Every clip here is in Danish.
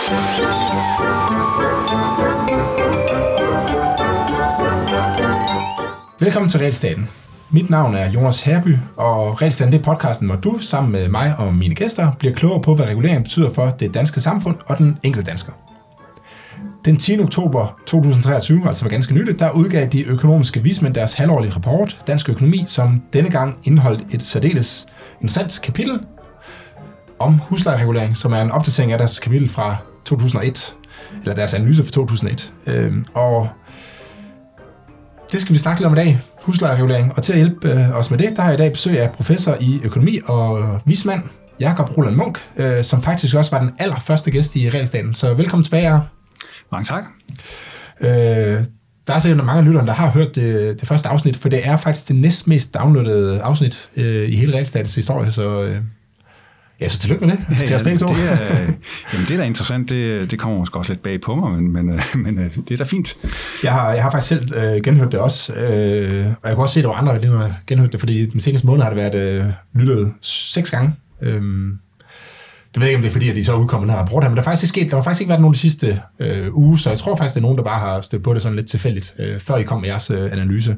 Velkommen til Realstaten. Mit navn er Jonas Herby, og Realstaten, det er podcasten, hvor du sammen med mig og mine gæster bliver klogere på, hvad regulering betyder for det danske samfund og den enkelte dansker. Den 10. oktober 2023, altså for ganske nyligt, der udgav de økonomiske vismænd deres halvårlige rapport, Dansk Økonomi, som denne gang indeholdt et særdeles interessant kapitel om huslejeregulering, som er en opdatering af deres kapitel fra 2001, eller deres analyse fra 2001. Og det skal vi snakke lidt om i dag, huslejeregulering. Og til at hjælpe os med det, der har jeg i dag besøg af professor i økonomi og vismand, Jakob Roland Munk, som faktisk også var den allerførste gæst i Realstaten. Så velkommen tilbage, Jakob. Mange tak. Der er sikkert mange af lytterne, der har hørt det første afsnit, for det er faktisk det næstmest downloadede afsnit i hele Realstatens historie, så tillykke med det. Til os begge to. Det er da interessant. Det kommer måske også lidt bag på mig, men det er da fint. Jeg har faktisk selv genhørt det også, og jeg kunne også se, at der var andre, der har genhørt det, fordi den seneste måned har det været lyttet 6 gange. Det ved jeg ikke, om det er fordi, at de så udkommer den her rapport her, men der har faktisk ikke været nogen de sidste uge, så jeg tror faktisk, det er nogen, der bare har stødt på det sådan lidt tilfældigt, før I kom med jeres analyse.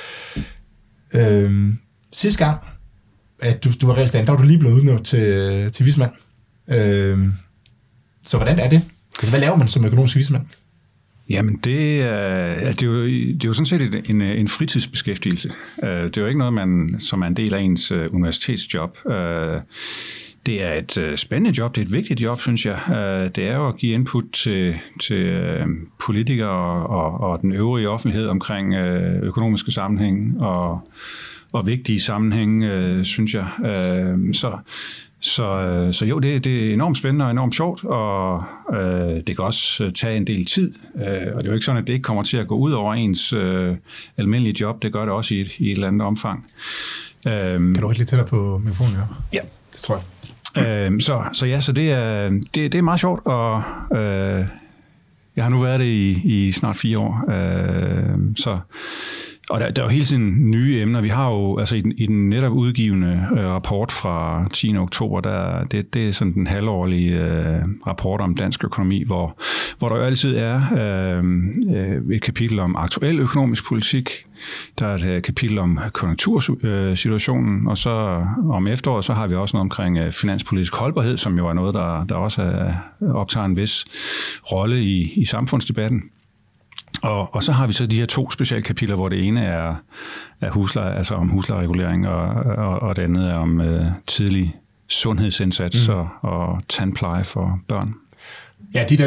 Sidste gang, at du var Realstaten, der var du lige blevet udnævnt til vismand. Så hvordan er det? Altså, hvad laver man som økonomisk vismand? Jamen, det er jo sådan set en fritidsbeskæftigelse. Det er jo ikke noget, som er en del af ens universitetsjob. Det er et spændende job, det er et vigtigt job, synes jeg. Det er jo at give input til politikere og den øvrige offentlighed omkring økonomiske sammenhæng og vigtige sammenhænge, synes jeg. Så jo, det er enormt spændende og enormt sjovt, og det kan også tage en del tid. Og det er jo ikke sådan, at det ikke kommer til at gå ud over ens almindelige job. Det gør det også i et eller andet omfang. Kan du rykke lidt tættere på mikrofonen? Ja, det tror jeg. Så det er meget sjovt, og jeg har nu været det i snart 4 år. Og der er jo hele tiden nye emner. Vi har jo altså i den netop udgivende rapport fra 10. oktober, det er sådan den halvårlige rapport om dansk økonomi, hvor der jo altid er et kapitel om aktuel økonomisk politik. Der er et kapitel om konjunktursituationen, og så om efteråret, så har vi også noget omkring finanspolitisk holdbarhed, som jo er noget, der også optager en vis rolle i samfundsdebatten. Og så har vi så de her 2 specialkapitler, hvor det ene er husleje, altså om huslejeregulering, og det andet er om tidlig sundhedsindsats og tandpleje for børn. Ja, de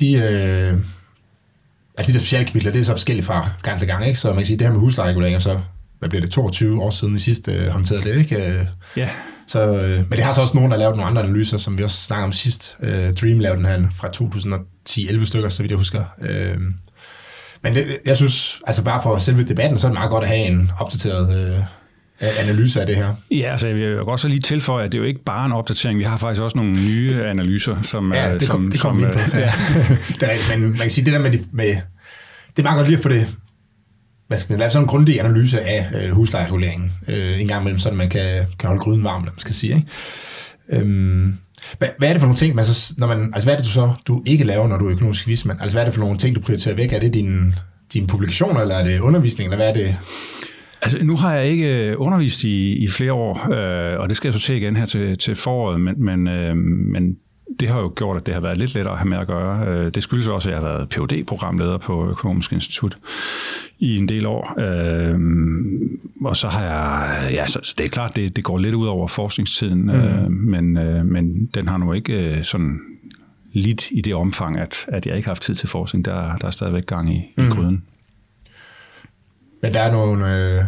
der specialkapitler, det er så forskelligt fra gang til gang, ikke? Så man kan sige, det her med huslejeregulering, så hvad bliver det, 22 år siden i sidste håndteret det, ikke? Ja. Så, men det har så også nogen, der har lavet nogle andre analyser, som vi også snakker om sidst. Dream lavede den her fra 2010, 11 stykker, så vidt jeg husker. Men jeg synes, altså bare for selve debatten, så er det meget godt at have en opdateret analyse af det her. Ja, altså jeg vil godt så lige tilføje, at det er jo ikke bare en opdatering. Vi har faktisk også nogle nye analyser, som... Ja, det kommer vi ind på. Ja. Det er rigtigt, men man kan sige, det der med det er meget godt lige at få det... Hvad skal man lave sådan en grundig analyse af huslejereguleringen en gang imellem, så man kan holde gryden varm, man skal sige, ikke? Hvad er det for nogle ting, hvad er det du ikke laver, når du er økonomisk vismand? Altså hvad er det for nogle ting, du prioriterer væk? Er det dine publikationer, eller er det undervisning, eller hvad er det? Altså nu har jeg ikke undervist i flere år, og det skal jeg så se igen her til foråret, men det har jo gjort, at det har været lidt lettere at have med at gøre. Det skyldes også, at jeg har været Ph.D.-programleder på Økonomisk Institut i en del år. Og så har jeg... så det er klart, det går lidt ud over forskningstiden, men den har nu ikke sådan lidt i det omfang, at jeg ikke har haft tid til forskning. Der er stadigvæk gang i gryden. Men der er nogle...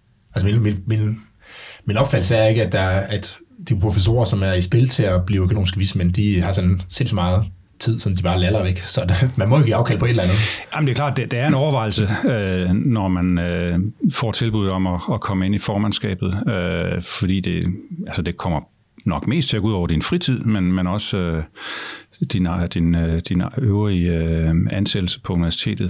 min opfattelse er ikke, at de professorer, som er i spil til at blive økonomiske vismænd, de har sådan sindssygt meget tid, som de bare laller væk. Så man må jo give afkald på et eller andet. Jamen det er klart, det er en overvejelse, når man får tilbud om at komme ind i formandskabet, fordi det kommer nok mest til at gå ud over din fritid, men også din øvrige ansættelse på universitetet.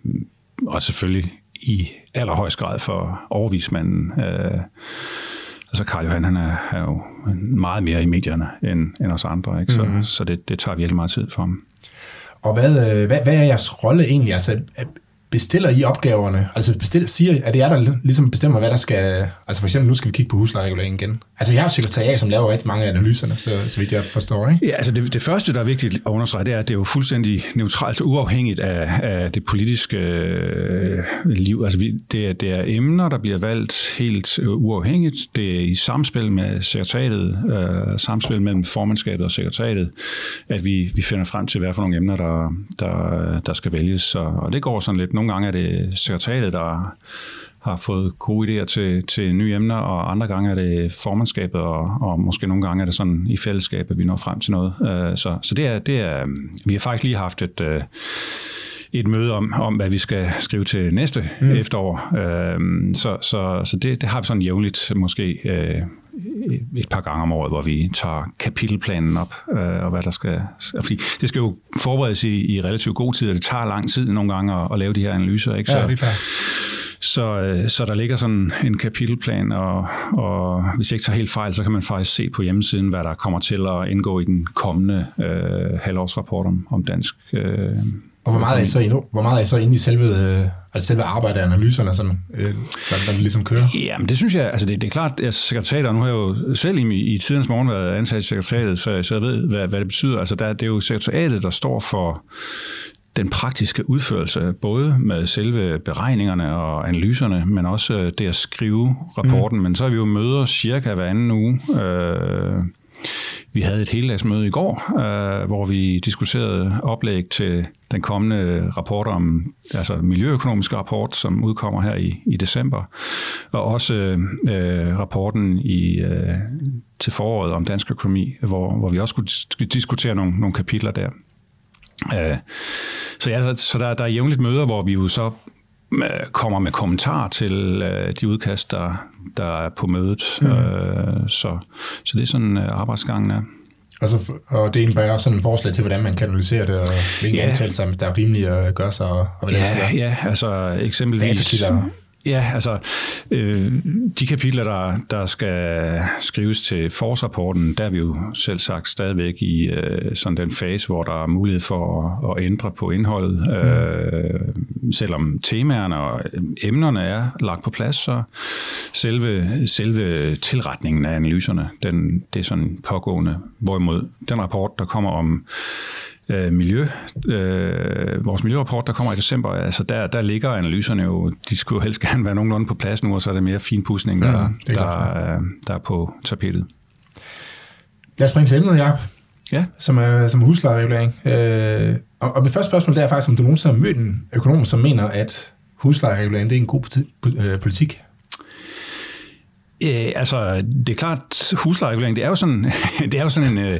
Og selvfølgelig i allerhøjst grad for overvismanden. Altså Karl Johan, han er jo meget mere i medierne end os andre, ikke? Så det tager virkelig meget tid for ham. Og hvad er jeres rolle egentlig? Altså, bestiller I opgaverne? Altså er det jer, der ligesom bestemmer, hvad der skal... Altså for eksempel, nu skal vi kigge på huslejereguleringen igen. Altså jeg har jo sekretariat, som laver rigtig mange af analyserne, så vidt jeg forstår, ikke? Ja, altså det første, der er vigtigt at understrege, det er, at det er jo fuldstændig neutralt og uafhængigt af det politiske liv. Altså det er emner, der bliver valgt helt uafhængigt. Det er i samspil med sekretariatet, samspil mellem formandskabet og sekretariatet, at vi finder frem til, hvad for nogle emner, der skal vælges. Og det går sådan lidt. Nogle gange er det sekretariatet, der har fået gode idéer til nye emner, og andre gange er det formandskabet, og måske nogle gange er det sådan i fællesskab, at vi når frem til noget. Så det er vi har faktisk lige haft et møde om, hvad vi skal skrive til næste efterår. Så det har vi sådan jævnligt, måske et par gange om året, hvor vi tager kapitelplanen op, og hvad der skal... Fordi det skal jo forberedes i relativt god tid, og det tager lang tid nogle gange at lave de her analyser, ikke? Ja, det er klart. Så der ligger sådan en kapitelplan, og hvis jeg ikke tager helt fejl, så kan man faktisk se på hjemmesiden, hvad der kommer til at indgå i den kommende halvårsrapport om dansk... Og hvor meget er I så inde i selve arbejdet af analyserne, sådan, der ligesom kører? Ja, men det synes jeg, altså det er klart, at sekretariatet, nu har jeg jo selv i tidens morgen været ansat i sekretariatet, så jeg ved, hvad det betyder. Altså det er jo sekretariatet, der står for den praktiske udførelse, både med selve beregningerne og analyserne, men også det at skrive rapporten. Men så har vi jo møder cirka hver anden uge. Vi havde et heldagsmøde i går, hvor vi diskuterede oplæg til den kommende rapport om, altså miljøøkonomisk rapport, som udkommer her i december, og også rapporten til foråret om dansk økonomi, hvor vi også skulle diskutere nogle kapitler der. Så der er jævnligt møder, hvor vi jo så kommer med kommentarer til de udkast, der er på mødet. Så det er sådan arbejdsgangen er. Og det er bare sådan et forslag til, hvordan man kan analysere det, og hvilke antagelser, der er rimelige at gøre sig, og hvad det skal være. Ja, altså eksempelvis... Ja, altså de kapitler, der skal skrives til forårsrapporten, der er vi jo selv sagt stadigvæk i sådan den fase, hvor der er mulighed for at ændre på indholdet. Selvom temaerne og emnerne er lagt på plads, så selve tilretningen af analyserne, det er sådan pågående. Hvorimod den rapport, der kommer om vores miljørapport, der kommer i december, altså der ligger analyserne jo, de skulle helst gerne være nogenlunde på plads nu, og så er det mere finpudsning, der er på tapetet. Lad os springe til emnet, Jacob. Ja. Som huslejeregulering. Og mit første spørgsmål, det er faktisk, om du nogensinde har mødt en økonom, som mener, at huslejeregulering, det er en god politik. Altså, det er klart, huslejeregulering, det er jo sådan en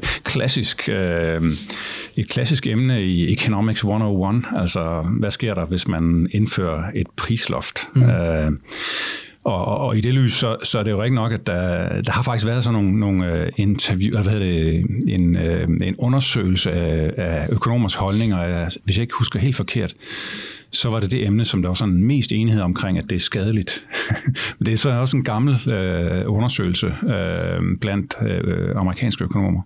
et klassisk emne i Economics 101. Altså, hvad sker der, hvis man indfører et prisloft? Og i det lys, så er det jo rigtig nok, at der har faktisk været sådan nogle en undersøgelse af økonomers holdninger. Hvis jeg ikke husker helt forkert, så var det emne, som der var sådan mest enighed omkring, at det er skadeligt. Men det er så også en gammel undersøgelse blandt amerikanske økonomer.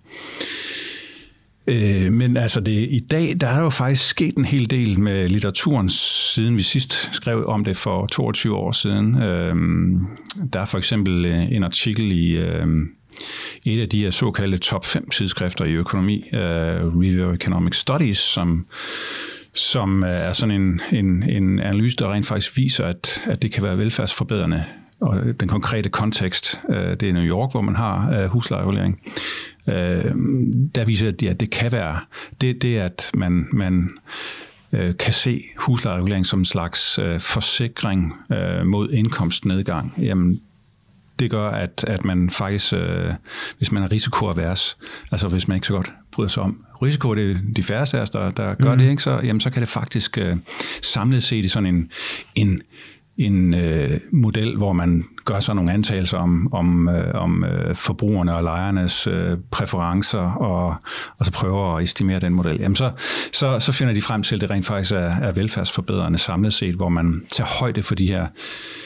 Men altså i dag, der er jo faktisk sket en hel del med litteraturen, siden vi sidst skrev om det for 22 år siden. Der er for eksempel en artikel i et af de her såkaldte top 5 tidsskrifter i økonomi, Review of Economic Studies, som er sådan en analyse, der rent faktisk viser, at det kan være velfærdsforbedrende. Og den konkrete kontekst, det er New York, hvor man har huslejeregulering. Der viser det, at det kan være det at man kan se huslejeregulering som en slags forsikring mod indkomstnedgang. Jamen, det gør, at man faktisk, hvis man er risikoavers, altså hvis man ikke så godt bryder sig om risiko, det er de færreste af os, der gør det, ikke? Så kan det faktisk samlet set i sådan en model, hvor man gør sig nogle antagelser om forbrugerne og lejernes præferencer, og så prøver at estimere den model. Jamen så finder de frem til, at det rent faktisk er velfærdsforbedrende samlet set, hvor man tager højde for de her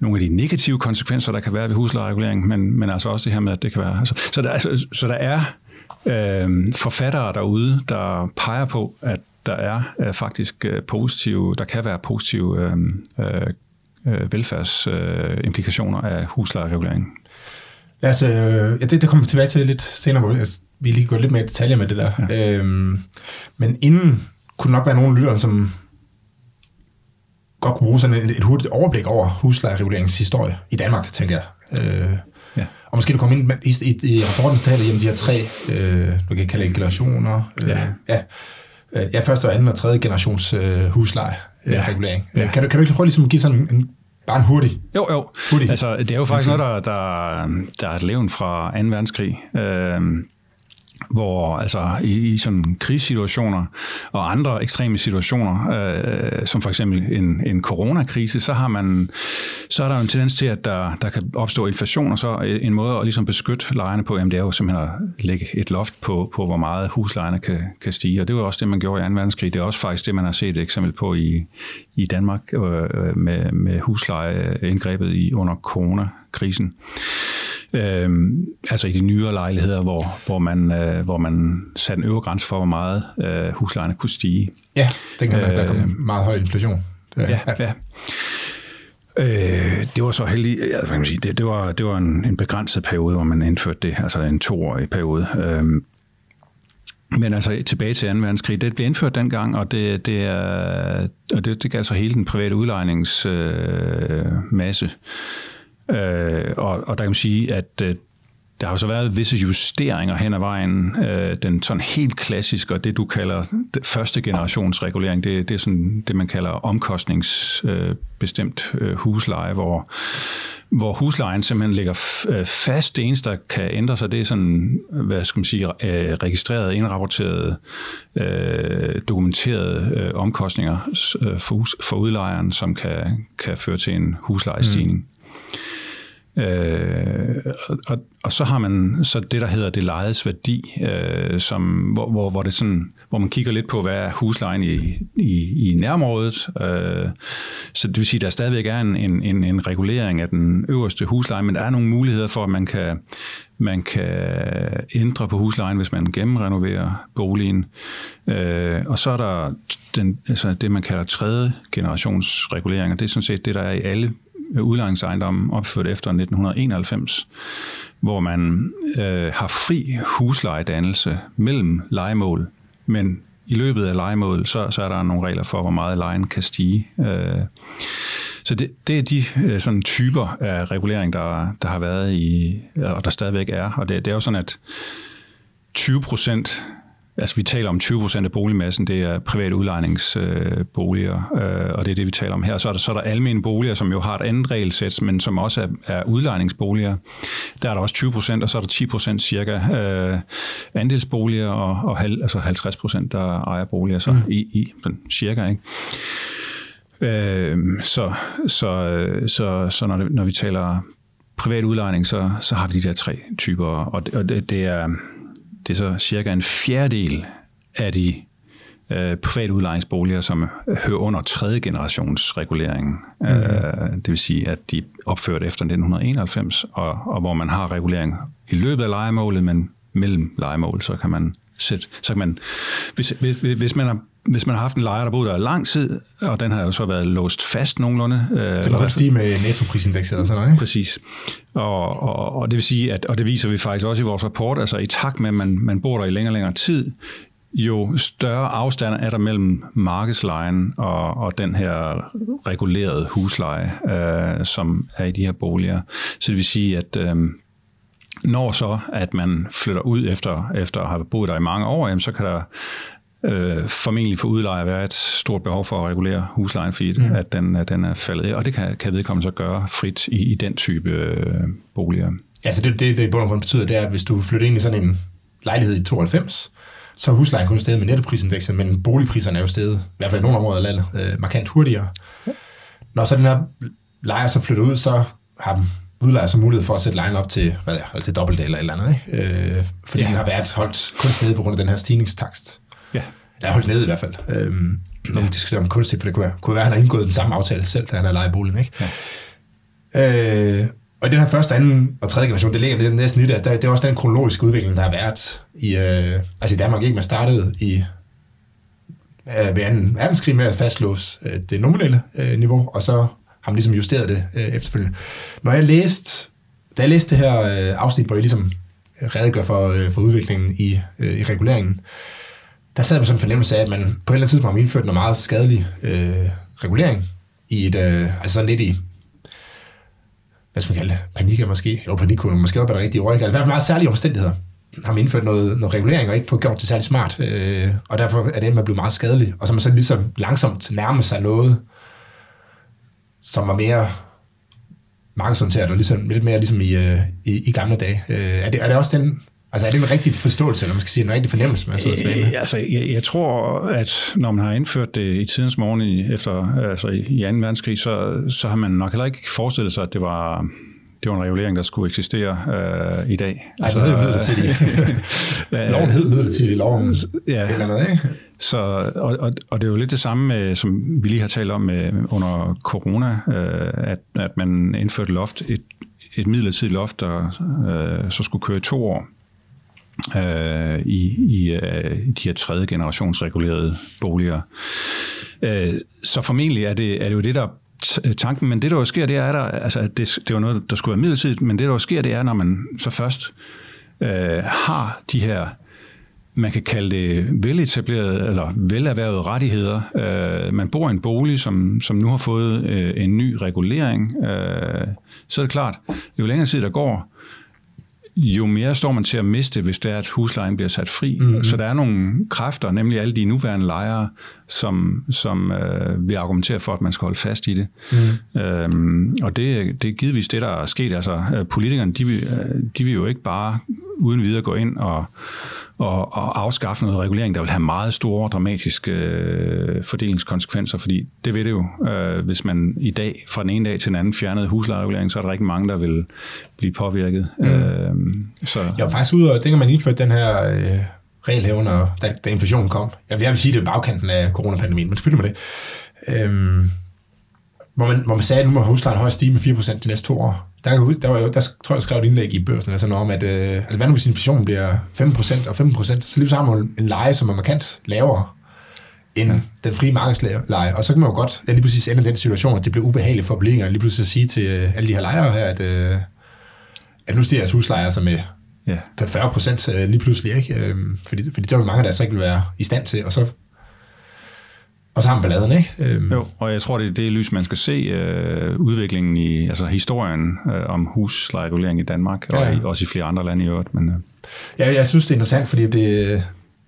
nogle af de negative konsekvenser, der kan være ved huslejeregulering, men altså også det her med, at det kan være... Altså, så der er forfattere derude, der peger på, at der er faktisk positive, der kan være positive velfærdsimplikationer af huslejeregulering. Altså, det kommer vi tilbage til lidt senere, hvor vi lige går lidt mere i detaljer med det der. Ja. Men inden kunne der nok være nogle lyttere, som godt kunne bruge sådan et hurtigt overblik over huslejereguleringens historie i Danmark, tænker jeg. Ja. Og måske du kommer ind i rapporten, så taler I om de her 3, du kan kalde det generationer. Første og anden og tredje generations huslejeregulering. Ja. Kan du ikke prøve ligesom at give sådan bare en hurtig? Jo. Hurtig. Altså, det er jo faktisk noget, der er et levn fra 2. verdenskrig, hvor altså i sådan krigssituationer og andre ekstreme situationer, som for eksempel en coronakrise, så er der jo en tendens til, at der kan opstå inflation, og så en måde at ligesom beskytte lejerne på, jamen det er jo simpelthen at lægge et loft på hvor meget huslejerne kan stige, og det var også det, man gjorde i 2. verdenskrig. Det er også faktisk det, man har set et eksempel på i Danmark med huslejeindgrebet under coronakrisen. Altså i de nyere lejligheder, hvor man satte en øvre grænse for, hvor meget huslejerne kunne stige. Ja, dengang der kom meget høj inflation. Ja. Det var så heldigt, kan man sige, det var en begrænset periode, hvor man indførte det, altså en 2-årig periode. Men altså tilbage til 2. verdenskrig, det blev indført dengang, og det gav altså hele den private udlejningsmasse. Og der kan man sige, at der har så været visse justeringer hen ad vejen. Den sådan helt klassiske, og det du kalder første generations regulering, det er sådan det, man kalder omkostningsbestemt husleje, hvor huslejen simpelthen ligger fast. Det eneste, der kan ændre sig, det er sådan, hvad skal man sige, registrerede, indrapporterede, dokumenterede omkostninger for udlejeren, som kan føre til en huslejestigning. Og så har man så det, der hedder det lejedes værdi, hvor det sådan, hvor man kigger lidt på, hvad er huslejen i nærområdet. Så det vil sige, at der stadigvæk er en regulering af den øverste husleje, men der er nogle muligheder for, at man kan ændre på huslejen, hvis man gennemrenoverer boligen. Og så er der det, man kalder 3. generations regulering, og det er sådan set det, der er i alle udlejningsejendomme opført efter 1991, hvor man har fri huslejedannelse mellem lejemål, men i løbet af lejemål, så er der nogle regler for, hvor meget lejen kan stige. Så det er de sådan typer af regulering, der har været og der stadigvæk er, og det er jo sådan, at 20%, altså vi taler om 20% af boligmassen, det er private udlejningsboliger, og det er det, vi taler om her. Så er der almene boliger, som jo har et andet regelsæt, men som også er udlejningsboliger. Der er der også 20%, og så er der 10% cirka andelsboliger, og altså 50%, der ejer boliger, så i cirka, ikke? Så når vi taler privat udlejning, så har vi de der 3 typer, og det er så cirka en fjerdedel af de private udlejningsboliger, som hører under 3. generations regulering. Det vil sige, at de er opført efter 1991, og hvor man har regulering i løbet af lejemålet, men mellem lejemål, så kan man hvis man har haft en lejer, der boede der lang tid, og den har jo så været låst fast nogenlunde. Det må stige med nettoprisindekset og sådan noget, ikke? Præcis. Og det vil sige, og det viser vi faktisk også i vores rapport, altså i takt med, at man bor der i længere tid, jo større afstand er der mellem markedslejen og den her regulerede husleje, som er i de her boliger. Så det vil sige, at når så, at man flytter ud efter at have boet der i mange år, jamen, så kan der formentlig for udlejer være et stort behov for at regulere huslejen, fordi at den er faldet af, og det kan vedkommende så gøre frit i den type boliger. Altså det i bund og grund betyder, det er, at hvis du flytter ind i sådan en lejlighed i 92, så er huslejen kun steget med nettoprisindekset, men boligpriserne er jo steget, i hvert fald i nogle områder af landet, markant hurtigere. Når så den her lejer så flytter ud, så har udlejer så mulighed for at sætte lejen op til, til dobbelt eller et eller andet, ikke? Fordi den har været holdt kun nede på grund af den her stigningstakst. Ja. Der er holdt nede i hvert fald. Når man diskuterer om kunstigt, for det kunne være, at han har indgået den samme aftale selv, da han har lejet boligen, ikke? Og i den her første, anden og tredje generation, det ligger det næsten i det, det er også den kronologiske udvikling, der har været i Danmark. Ikke? Man startede ved 2. verdenskrig med at fastlåse det nominelle niveau, og så har man ligesom justeret det efterfølgende. Da jeg læste det her afsnit, hvor jeg ligesom redegør for udviklingen i reguleringen, der sad man sådan en fornemmelse af, at man på et eller andet tidspunkt har indført noget meget skadelig regulering i sådan lidt i, hvad skal man kalde det, panik måske, jo panik kunne måske også være det rigtige ord, i hvert fald meget særlige omstændigheder, har man indført noget regulering og ikke fået gjort det særlig smart, og derfor er det blevet meget skadelig, og så man så ligesom langsomt nærme sig noget, som var mere markedsorienteret og ligesom, lidt mere ligesom i gamle dage. Er det også den, altså er det en rigtig forståelse, eller man skal sige en rigtig fornemmelse, man sidder tilbage med? Altså, jeg tror, at når man har indført det i tidens morgen i 2. verdenskrig, så har man nok heller ikke forestillet sig, at det var en regulering, der skulle eksistere i dag. Nej, den hed jo midlertidig. Loven hed midlertidig, loven eller noget, ikke? Så, og det er jo lidt det samme, med, som vi lige har talt om under corona, at man indførte et midlertidigt loft, der så skulle køre i 2 år i de her 3. generations regulerede boliger. Så formentlig er det jo det, der tanken, men det der jo sker, det er, at det var noget, der skulle være midlertidigt, men det der jo sker, det er, når man så først har de her, man kan kalde det veletablerede eller velerhvervede rettigheder. Man bor i en bolig, som nu har fået en ny regulering. Så er det klart, jo længere tid der går, jo mere står man til at miste, hvis det er, at huslejen bliver sat fri. Mm-hmm. Så der er nogle kræfter, nemlig alle de nuværende lejere, som vil argumentere for, at man skal holde fast i det. Mm. Og det er givetvis det, der er sket. Altså, politikerne, de vil jo ikke bare uden videre gå ind og afskaffe noget regulering, der vil have meget store, dramatiske fordelingskonsekvenser, fordi det ved det jo. Hvis man i dag, fra den ene dag til den anden, fjernede huslejeregulering, så er der rigtig mange, der vil blive påvirket. Så. Jeg var faktisk ude, og dengang man indførte den her regelhævende, da inflationen kom. Jeg vil sige, det er bagkanten af coronapandemien, men selvfølgelig med det. Hvor man sagde, at nu må huslejen højst stige med 4% de næste 2 år. Der tror jeg skrev et indlæg i børsen, altså noget om, at hvad nu hvis inflationen bliver 5% og 15%, så lige så har man en leje, som er markant lavere end den frie markedsleje. Og så kan man jo godt lige præcis ende i den situation, at det bliver ubehageligt for politikerne lige pludselig at sige til alle de her lejere her, at nu stiger jeres huslejer altså med 40% lige pludselig, ikke? Fordi der er jo mange, der så ikke vil være i stand til, og så har man balladen, ikke? Jo, og jeg tror, det er det lys, man skal se udviklingen i, altså historien om huslejeregulering i Danmark, og også i flere andre lande i øvrigt. Men, Ja, jeg synes, det er interessant, fordi det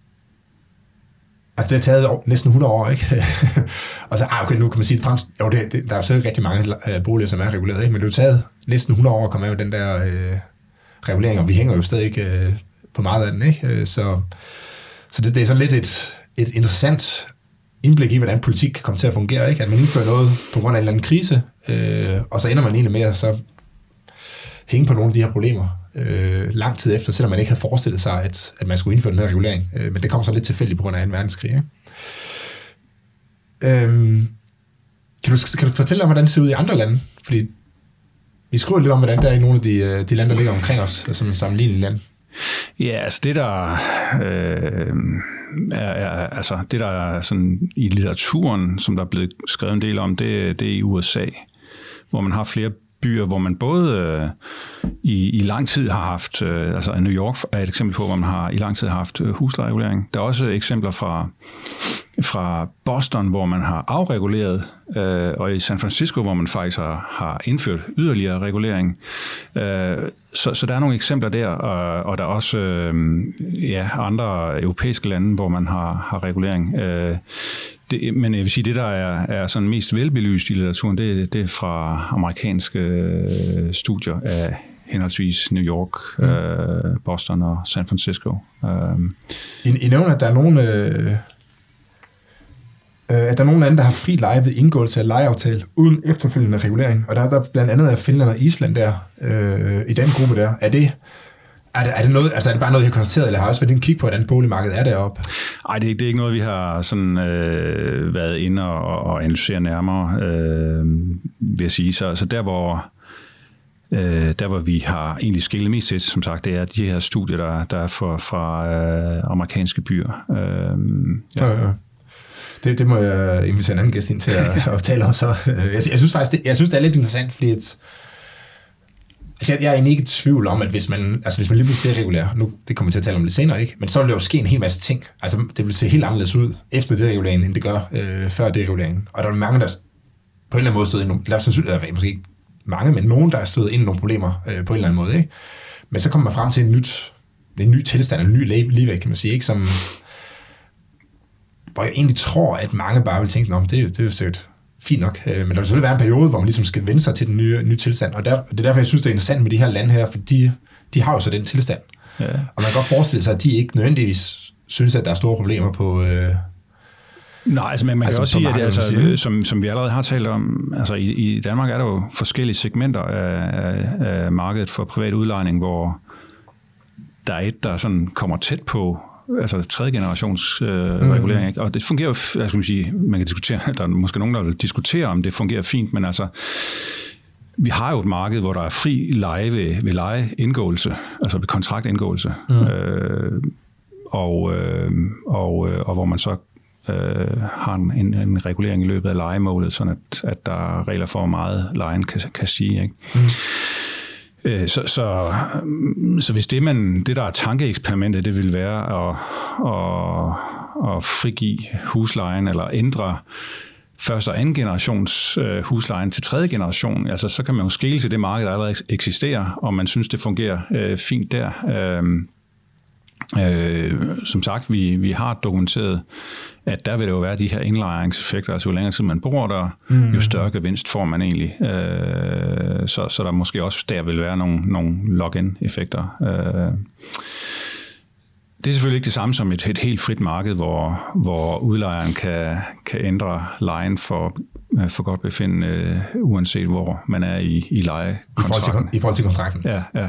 har taget næsten 100 år, ikke? Og så, okay, nu kan man sige, der er jo så rigtig mange boliger, som er reguleret, ikke? Men det har taget næsten 100 år at komme af med den der regulering, og vi hænger jo stadig ikke på meget af den, ikke? Så det er sådan lidt et interessant indblik i, hvordan politik kan komme til at fungere, ikke? At man indfører noget på grund af en eller anden krise, og så ender man egentlig med at så hænge på nogle af de her problemer lang tid efter, selvom man ikke havde forestillet sig, at man skulle indføre den her regulering. Men det kom så lidt tilfældigt på grund af 2. verdenskrig. Ikke? Kan du fortælle om, hvordan det ser ud i andre lande? Fordi vi skriver lidt om, hvordan der er i nogle af de lande, der ligger omkring os, som sammenlignelige lande. Ja, altså det der det der er sådan i litteraturen, som der er blevet skrevet en del om, det er i USA, hvor man har flere byer, hvor man både i lang tid har haft, altså New York er et eksempel på, hvor man har i lang tid haft huslejeregulering. Der er også eksempler fra Boston, hvor man har afreguleret, og i San Francisco, hvor man faktisk har indført yderligere regulering. Så der er nogle eksempler der, og der er også andre europæiske lande, hvor man har regulering. Men jeg vil sige, det der er sådan mest velbelyst i litteraturen, det er fra amerikanske studier af henholdsvis New York, Boston og San Francisco. I nævner, at der er nogle lande, der har fri leje ved indgåelse af lejeaftale uden efterfølgende regulering, og der blandt andet er Finland og Island der, i den gruppe der. Er det noget, altså er det bare noget, I har konstateret, eller har også været en kig på, hvordan boligmarkedet er deroppe? Nej, det er ikke noget, vi har sådan været inde og analysere nærmere, vil jeg sige. Så der, Der hvor vi har egentlig skillet mest til, som sagt, det er de her studier, der er fra amerikanske byer. Ja. Det må jeg invitere en anden gæst ind til at tale om. Så jeg synes faktisk, det er lidt interessant, fordi jeg er egentlig ikke i tvivl om, at hvis man lige pludselig deregulerer, nu det kommer jeg til at tale om lidt senere, ikke? Men så vil der jo ske en hel masse ting. Altså det vil se helt anderledes ud efter dereguleringen, end det gør før dereguleringen. Og der er mange, der på en eller anden måde stod ind, der er sandsynligt, måske ikke mange, men nogen, der er stået ind i nogle problemer på en eller anden måde, ikke? Men så kommer man frem til en ny tilstand, en ny ligevægt, kan man sige, ikke? Som, hvor jeg egentlig tror, at mange bare vil tænke, det er jo sikkert fint nok, men der vil selvfølgelig være en periode, hvor man ligesom skal vende sig til den nye tilstand, og det er derfor, jeg synes, det er interessant med de her lande her, fordi de har jo så den tilstand. Ja. Og man kan godt forestille sig, at de ikke nødvendigvis synes, at der er store problemer på... Nej, altså, men man kan også sige, at som vi allerede har talt om, altså i Danmark er der jo forskellige segmenter af markedet for privat udlejning, hvor der er et, der sådan kommer tæt på altså tredje generations regulering, ikke? Og det fungerer jo, jeg skal sige, man kan diskutere, der er måske nogen, der vil diskutere, om det fungerer fint, men altså, vi har jo et marked, hvor der er fri leje ved lejeindgåelse, altså ved kontraktindgåelse, og hvor man så har en regulering i løbet af lejemålet, sådan at der er regler for, hvor meget lejen kan stige, ikke? Så hvis det der er tankeeksperimentet, det vil være at frigive huslejen eller ændre første og anden generations huslejen til tredje generation, altså så kan man jo skele til det marked, der allerede eksisterer, og man synes, det fungerer fint der. Som sagt, vi har dokumenteret, at der vil det jo være de her indlejringseffekter, altså jo længere tid man bor der, jo større gevinst får man egentlig. Så der måske også der vil være nogle lock-in-effekter. Det er selvfølgelig ikke det samme som et helt frit marked, hvor udlejeren kan ændre lejen for godt befindende, uanset hvor man er i lejekontrakten. I forhold til kontrakten? Ja.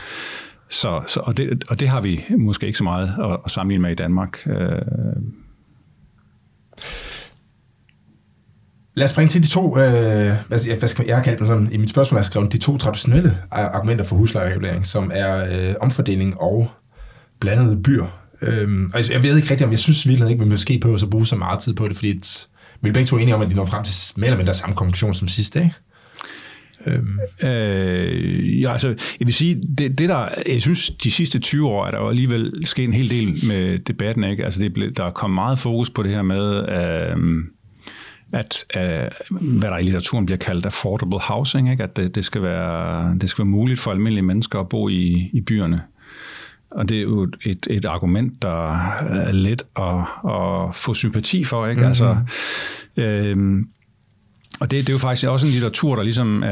Og det har vi måske ikke så meget at sammenligne med i Danmark. Lad os springe til de to, jeg har kaldt dem sådan, i mit spørgsmål har jeg skrevet de to traditionelle argumenter for huslejeregulering, som er omfordeling og blandede byer. Og jeg ved ikke rigtigt, om jeg synes virkelig ikke, vi måske på at bruge så meget tid på det, fordi vi er begge to enige om, at de når frem til mere eller mindre samme konklusion som sidste, ikke? Ja, altså, jeg vil sige, det der, jeg synes, de sidste 20 år er der jo alligevel sket en hel del med debatten, ikke? Altså, der er kommet meget fokus på det her med, at hvad der i litteraturen bliver kaldt affordable housing, ikke? At det skal være muligt for almindelige mennesker at bo i byerne. Og det er jo et argument, der er let at få sympati for, ikke? Altså, og det er jo faktisk også en litteratur, der ligesom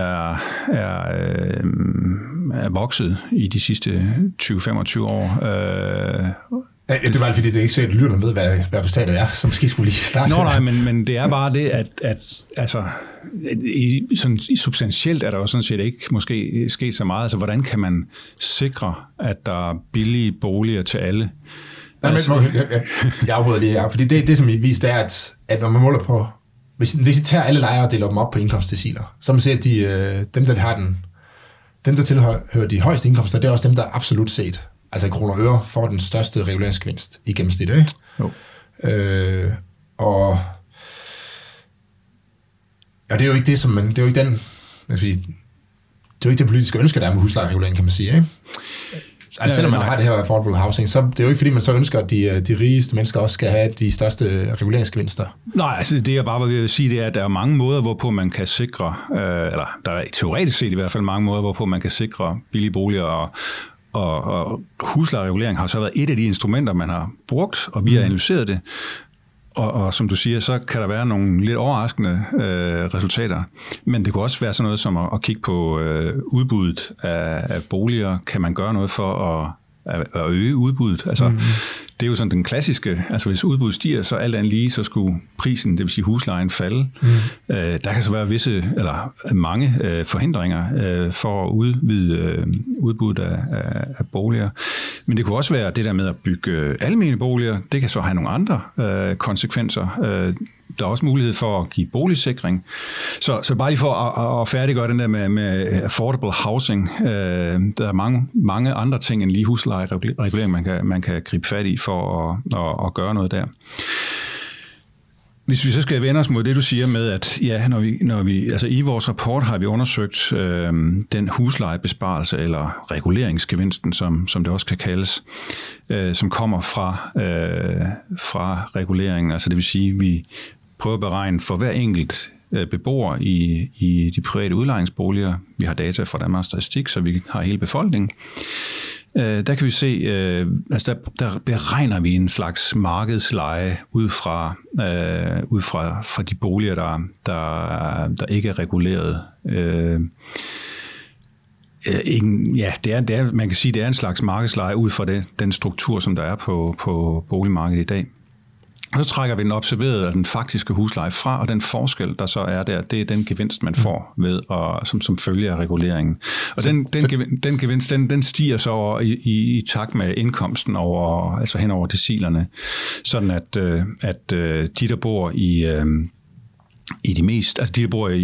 er vokset i de sidste 20-25 år. Det er bare fordi, det er ikke så, at lytter med, hvad resultatet er, som måske skulle lige starte. Nej, men det er bare det, at altså, sådan substantielt er der jo sådan set ikke måske sket så meget. Altså, hvordan kan man sikre, at der er billige boliger til alle? Nej, jeg afbryder lige, fordi det som I viste, er, at når man måler på, hvis I tager alle lejere og deler dem op på indkomstdeciler, så man ser, at dem, der tilhører de højeste indkomster, det er også dem, der absolut set, altså i kroner og øre, får den største reguleringsgevinst i gennemsnit, ikke? Jo. Og det er jo ikke det, som man, det er jo ikke den, det er jo ikke det politiske ønske, der er med huslejeregulering, kan man sige, ikke? Altså selvom man har det her affordable housing, så det er jo ikke fordi, man så ønsker, at de rigeste mennesker også skal have de største reguleringsgevinster. Nej, altså det jeg bare vil sige, det er, at der er mange måder, hvorpå man kan sikre, eller der er teoretisk set i hvert fald mange måder, hvorpå man kan sikre billige boliger, og huslejeregulering har så været et af de instrumenter, man har brugt, og vi har analyseret det. Og som du siger, så kan der være nogle lidt overraskende resultater. Men det kunne også være sådan noget som at kigge på udbuddet af boliger. Kan man gøre noget for at øge udbuddet? Altså, det er jo sådan den klassiske, altså hvis udbuddet stiger, så alt andet lige, så skulle prisen, det vil sige huslejen, falde. Der kan så være visse, eller mange forhindringer for at udvide udbuddet af boliger. Men det kunne også være det der med at bygge almene boliger. Det kan så have nogle andre konsekvenser. der er også mulighed for at give boligsikring. Så bare lige for at færdiggøre den der med affordable housing, der er mange andre ting end lige huslejeregulering, man kan gribe fat i for at gøre noget der. Hvis vi så skal vende os mod det, du siger med, at ja, når vi altså i vores rapport har vi undersøgt den huslejebesparelse eller reguleringsgevinsten, som det også kan kaldes, som kommer fra reguleringen. Altså det vil sige, at vi prøver at beregne for hver enkelt beboer i de private udlejningsboliger. Vi har data fra Danmarks Statistik, så vi har hele befolkningen. Der kan vi se, altså der beregner vi en slags markedsleje ud fra de boliger, der ikke er reguleret. Man kan sige, det er en slags markedsleje ud fra den struktur, som der er på boligmarkedet i dag. Og så trækker vi den observerede og den faktiske husleje fra, og den forskel, der så er der, det er den gevinst, man får ved som følge af reguleringen. Og den gevinst, den stiger så i takt med indkomsten altså hen over decilerne, sådan at de, der bor i de mest, altså de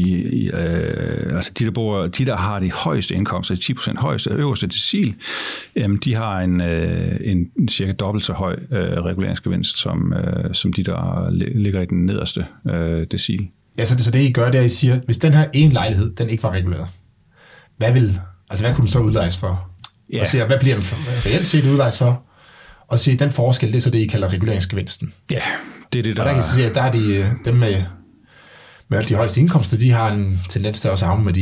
der har de højeste indkomster, 10% højeste øverste decil, de har en cirka dobbelt så høj reguleringsgevinst som de der ligger i den nederste decil. Ja, så det I gør, det er, I siger, hvis den her ene lejlighed, den ikke var reguleret, hvad kunne den så udlejes for? Ja. Og siger, hvad bliver den reelt set udlejes for? Og sige, den forskel, det er så det, I kalder reguleringsgevinsten. Ja, det er det, der... Og der kan I sige, at der er dem med de højeste indkomster, de har en tendens til også at havne med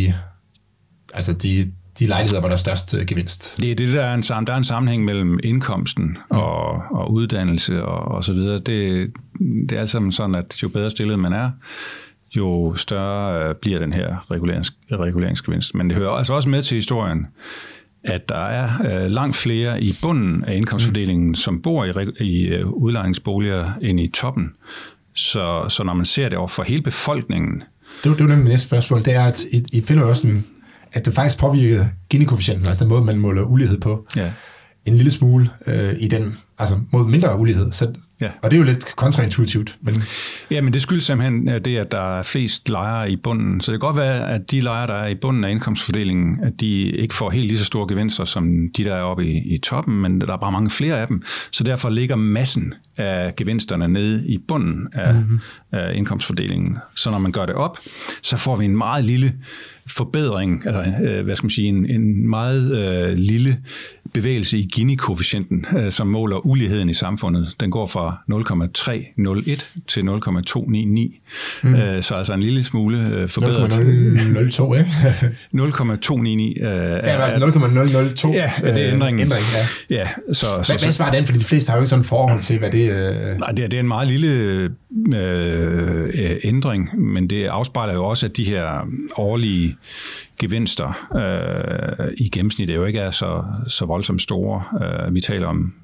de lejligheder, hvor der er størst gevinst. Det er det, der er en sammenhæng mellem indkomsten og uddannelse og så videre. Det er alt sammen sådan, at jo bedre stillet man er, jo større bliver den her reguleringsgevinst. Men det hører altså også med til historien, at der er langt flere i bunden af indkomstfordelingen, som bor i udlejningsboliger, end i toppen. Så når man ser det over for hele befolkningen... Det er jo det næste spørgsmål. Det er, at I finder også at det faktisk påvirker Gini-koefficienten, altså den måde, man måler ulighed på, en lille smule mod mindre ulighed. Og det er jo lidt kontraintuitivt. Men det skyldes simpelthen det, at der er flest lejere i bunden. Så det kan godt være, at de lejere, der er i bunden af indkomstfordelingen, at de ikke får helt lige så store gevinster, som de, der er oppe i toppen, men der er bare mange flere af dem. Så derfor ligger massen af gevinsterne nede i bunden af indkomstfordelingen. Så når man gør det op, så får vi en meget lille forbedring, eller en meget lille bevægelse i Gini-koefficienten, som måler uligheden i samfundet. Den går fra 0,301 til 0,299. Så altså en lille smule forbedret. 0,002, ikke? 0,299. Altså 0,002. Ja, det er ændringen. Ja. Hvad svarer den? Fordi de fleste har jo ikke sådan et forhold til, hvad det... Nej, det er en meget lille ændring, men det afspejler jo også, at de her årlige gevinster i gennemsnit jo ikke er så voldsomt store. Vi taler om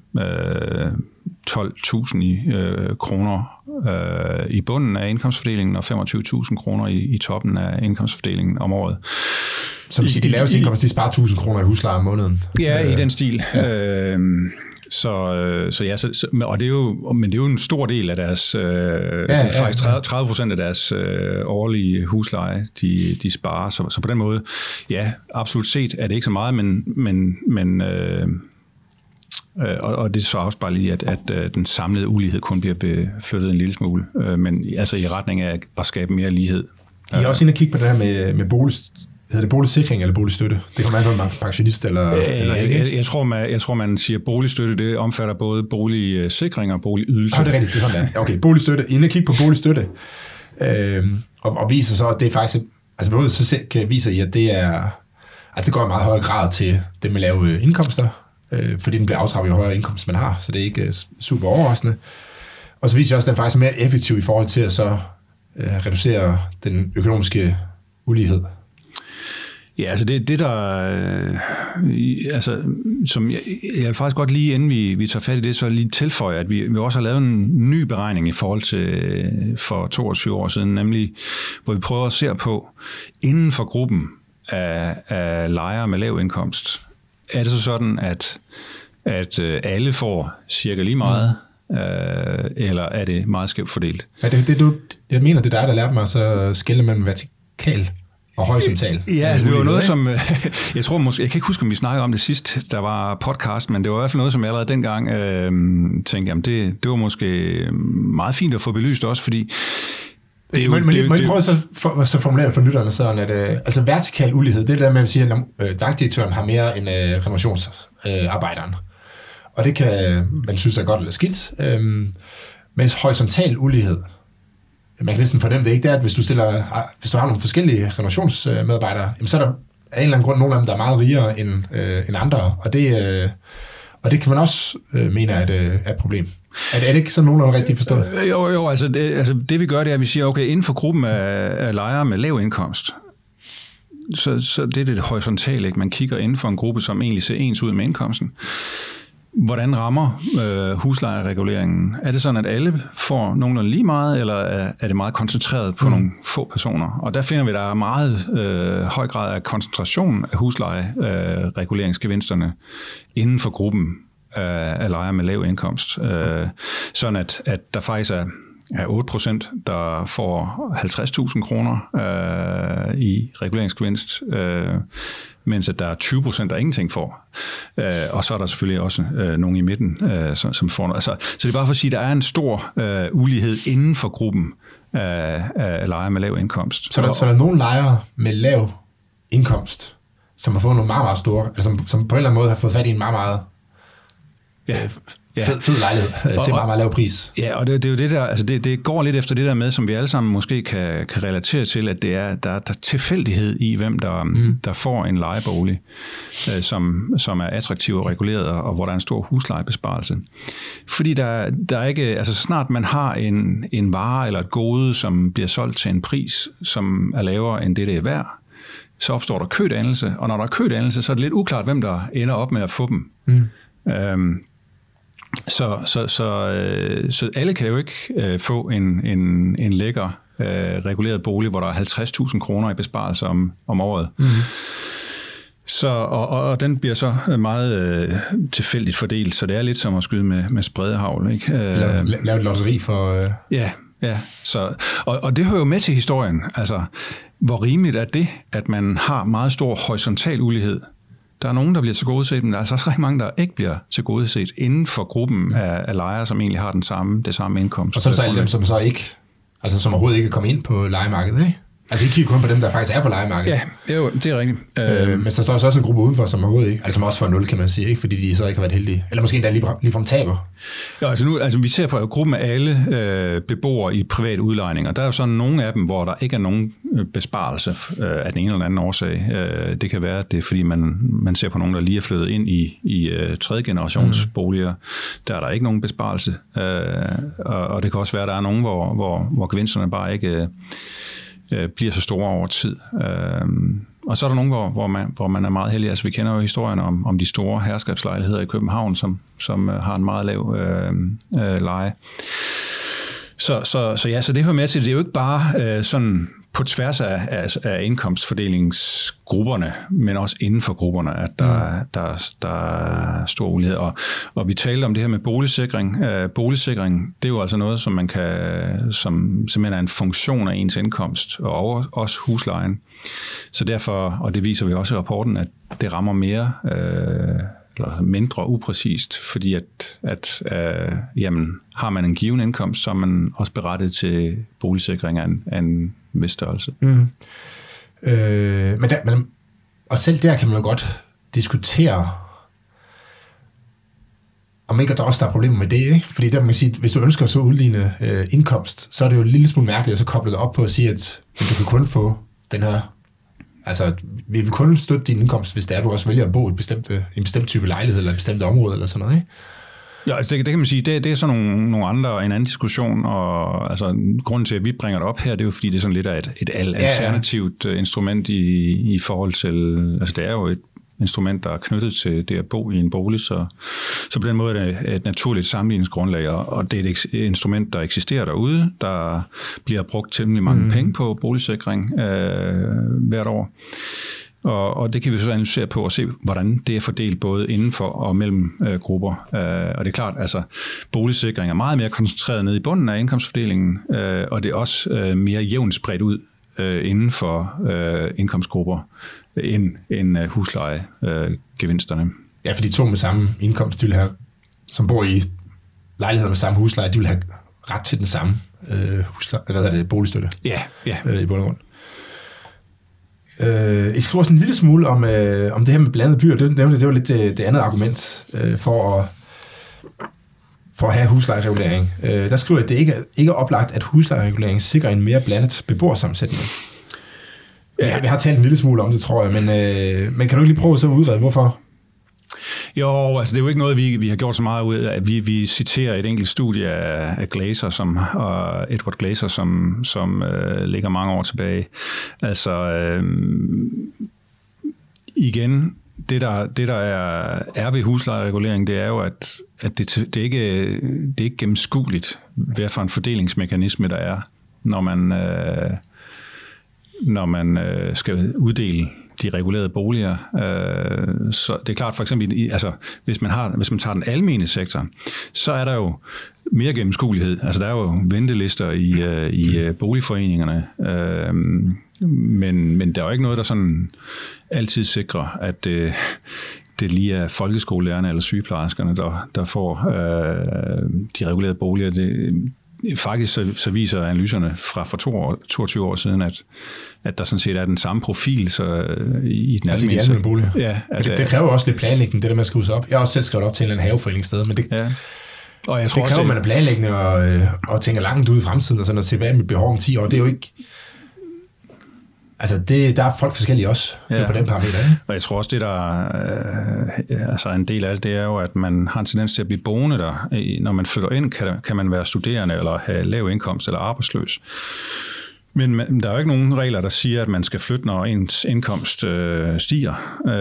12.000 kroner i bunden af indkomstfordelingen og 25.000 kroner i toppen af indkomstfordelingen om året. Som siger, de laveste indkomster, de sparer 1.000 kroner i husleje om måneden. Ja, i den stil. Og det er jo en stor del af deres, faktisk 30% af deres årlige husleje, de sparer. Så på den måde, ja, absolut set er det ikke så meget, men og det så afspejler i, at den samlede ulighed kun bliver flyttet en lille smule, men altså i retning af at skabe mere lighed. I er også inde og kigge på det her med hedder det boligsikring eller boligstøtte? Det kommer an på, en pensionist eller ikke? Jeg tror, man siger boligstøtte. Det omfatter både boligsikring og boligydelse. Det er rigtigt. Det er sådan der. Okay, boligstøtte. Inde og kigge på boligstøtte. Og viser så, at det er faktisk... Altså både så viser I, at det er... At det går i meget højere grad til det med lave indkomster, fordi den bliver aftrappet jo højere indkomst, man har. Så det er ikke super overraskende. Og så viser jeg også, at den faktisk er mere effektiv i forhold til at så reducere den økonomiske ulighed. Ja, altså det der, som jeg vil faktisk godt lige, inden vi tager fat i det, så lige tilføje, at vi også har lavet en ny beregning i forhold til for 22 år siden, nemlig hvor vi prøver at se på, inden for gruppen af lejere med lav indkomst, er det så sådan, at alle får cirka lige meget, eller er det meget skævt fordelt? Jeg mener, det er dig, der lærte mig så skelne mellem vertikal og horisontal. Ja, altså, det var noget, som jeg tror måske, jeg kan ikke huske, om vi snakkede om det sidst, der var podcast, men det var i hvert fald noget, som jeg allerede dengang tænkte, jamen det var måske meget fint at få belyst også, fordi må jeg prøve så formulere det for lytterne sådan, at altså vertikal ulighed, det er der med at sige, at bankdirektøren har mere end renovationsarbejderen. Og det kan man synes er godt eller skidt. Mens horisontal ulighed, man kan næsten fornemme det ikke, det er, at hvis du har nogle forskellige renovationsmedarbejdere, så er der af en eller anden grund nogle af dem, der er meget rigere end andre, og det kan man også mene er et problem. Er det ikke sådan nogenlunde rigtigt forstået? Jo, altså det vi gør, det er, at vi siger, okay, inden for gruppen af lejere med lav indkomst, så det er det horisontale, ikke? Man kigger inden for en gruppe, som egentlig ser ens ud med indkomsten. Hvordan rammer huslejereguleringen? Er det sådan, at alle får nogenlunde lige meget, eller er det meget koncentreret på nogle få personer? Og der finder vi, der er meget høj grad af koncentration af huslejereguleringsgevinsterne inden for gruppen af lejere med lav indkomst. Sådan at der faktisk er 8%, der får 50.000 kroner i reguleringsgevinst, mens at der er 20%, der ingenting får. Og så er der selvfølgelig også nogen i midten, som får noget. Så det er bare for at sige, at der er en stor ulighed inden for gruppen af lejere med lav indkomst. Så der er nogle lejere med lav indkomst, som har fået nogle meget, meget store, altså som på en eller anden måde har fået fat i en meget, meget fed lejlighed til meget, meget lav pris. Ja, og det er jo det der, altså det går lidt efter det der med, som vi alle sammen måske kan relatere til, at der er tilfældighed i, hvem der får en lejebolig, som er attraktiv og reguleret, og hvor der er en stor huslejebesparelse. Fordi der er ikke, altså snart man har en vare eller et gode, som bliver solgt til en pris, som er lavere end det er værd, så opstår der kødannelse, og når der er kødannelse, så er det lidt uklart, hvem der ender op med at få dem. Så alle kan jo ikke få en lækker reguleret bolig, hvor der er 50.000 kroner i besparelse om året. Så, og den bliver så meget tilfældigt fordelt, så det er lidt som at skyde med spredehagl. Ikke? Lave et lotteri for... Ja. Så, og det hører jo med til historien. Altså, hvor rimeligt er det, at man har meget stor horisontal ulighed? Der er nogen, der bliver tilgodeset, men der er altså også rigtig mange, der ikke bliver tilgodeset inden for gruppen af lejere, som egentlig har det samme indkomst. Og så er alle dem, som så ikke, altså som overhovedet ikke er kommet ind på lejemarkedet, ikke? Altså I kigger kun på dem, der faktisk er på lejemarkedet. Ja, jo, det er rigtigt. Men der står også en gruppe udenfor, som overhovedet ikke, altså som også får 0, kan man sige, ikke? Fordi de så ikke har været heldige. Eller måske endda ligefrem taber. Ja, altså vi ser på gruppen af alle beboere i privat udlejning, og der er jo sådan nogle af dem, hvor der ikke er nogen besparelse af den ene eller anden årsag. Det kan være, at det er fordi, man ser på nogen, der lige er flyttet ind i tredje generations boliger. Der er der ikke nogen besparelse. Og det kan også være, at der er nogen, hvor gevinsterne bare ikke bliver så store over tid. Og så er der nogen, hvor man er meget heldig. Altså vi kender jo historien om de store herskabslejligheder i København, som har en meget lav leje. Så det hører med til, det er jo ikke bare sådan på tværs af indkomstfordelingsgrupperne, men også inden for grupperne, at der er stor ulighed. Og vi talte om det her med boligsikring. Boligsikring, det er jo altså noget, som simpelthen er en funktion af ens indkomst, og også huslejen. Så derfor, og det viser vi også i rapporten, at det rammer mere eller mindre upræcist, fordi at jamen, har man en given indkomst, så er man også berettiget til boligsikring af en vis størrelse. Og selv der kan man jo godt diskutere, om ikke der også er problemer med det, ikke? Fordi der man kan sige, hvis du ønsker så udligne indkomst, så er det jo en lille smule mærkeligt at så koble det op på at sige, at du kan kun få den her. Altså, vi vil kun støtte din indkomst, hvis det er, du også vælger at bo i en bestemt type lejlighed, eller et bestemt område, eller sådan noget, ikke? Ja, altså det kan man sige, det er sådan nogle andre, en anden diskussion, og altså, grunden til, at vi bringer det op her, det er jo, fordi det er sådan lidt af et alternativt instrument i forhold til, altså det er jo et instrument, der er knyttet til det at bo i en bolig, så på den måde er det et naturligt sammenligningsgrundlag, og det er et instrument, der eksisterer derude, der bliver brugt temmelig mange penge på boligsikring hvert år. Og det kan vi så analysere på og se, hvordan det er fordelt både inden for og mellem grupper. Og det er klart, altså boligsikring er meget mere koncentreret ned i bunden af indkomstfordelingen, og det er også mere jævnt spredt ud inden for indkomstgrupper end huslejegevinsterne. Ja, for de to med samme indkomst, de vil have, som bor i lejligheder med samme husleje, de vil have ret til den samme boligstøtte. Ja. I bund og grund. I skriver sådan en lille smule om det her med blandede byer. Det var lidt det andet argument for at have huslejeregulering. Der skriver, at det ikke er oplagt, at huslejeregulering sikrer en mere blandet beboersammensætning. Ja, vi har talt en lille smule om det, tror jeg, men kan du ikke lige prøve så at udrede, hvorfor? Jo, altså det er jo ikke noget, vi har gjort så meget ud af. Vi citerer et enkelt studie af Glaser, Edward Glaser, som ligger mange år tilbage. Altså igen, det der er ved huslejeregulering, det er jo, at det er ikke gennemskueligt, hvad for en fordelingsmekanisme der er, når man skal uddele de regulerede boliger. Så det er klart, for eksempel, altså, hvis man tager den almene sektor, så er der jo mere gennemskuelighed. Altså, der er jo ventelister i boligforeningerne, men der er jo ikke noget, der sådan altid sikrer, at det lige er folkeskolelærerne eller sygeplejerskerne, der får de regulerede boliger. Faktisk så viser analyserne fra 22 år siden, at der sådan set er den samme profil så i den almene bolig. Ja, det kræver også lidt planlægning, det der med at skrive sig op. Jeg har også selv skrevet op til en eller anden haveforening sted, men det kræver, at man er planlæggende og tænker langt ud i fremtiden og sådan, og se, hvad er mit behov om 10 år. Det er jo ikke... Altså, der er folk forskellige også på den parameter. Ikke? Og jeg tror også, det der altså en del af det er jo, at man har en tendens til at blive boende der. Når man flytter ind, kan man være studerende eller have lav indkomst eller arbejdsløs. Men der er jo ikke nogen regler, der siger, at man skal flytte, når ens indkomst stiger.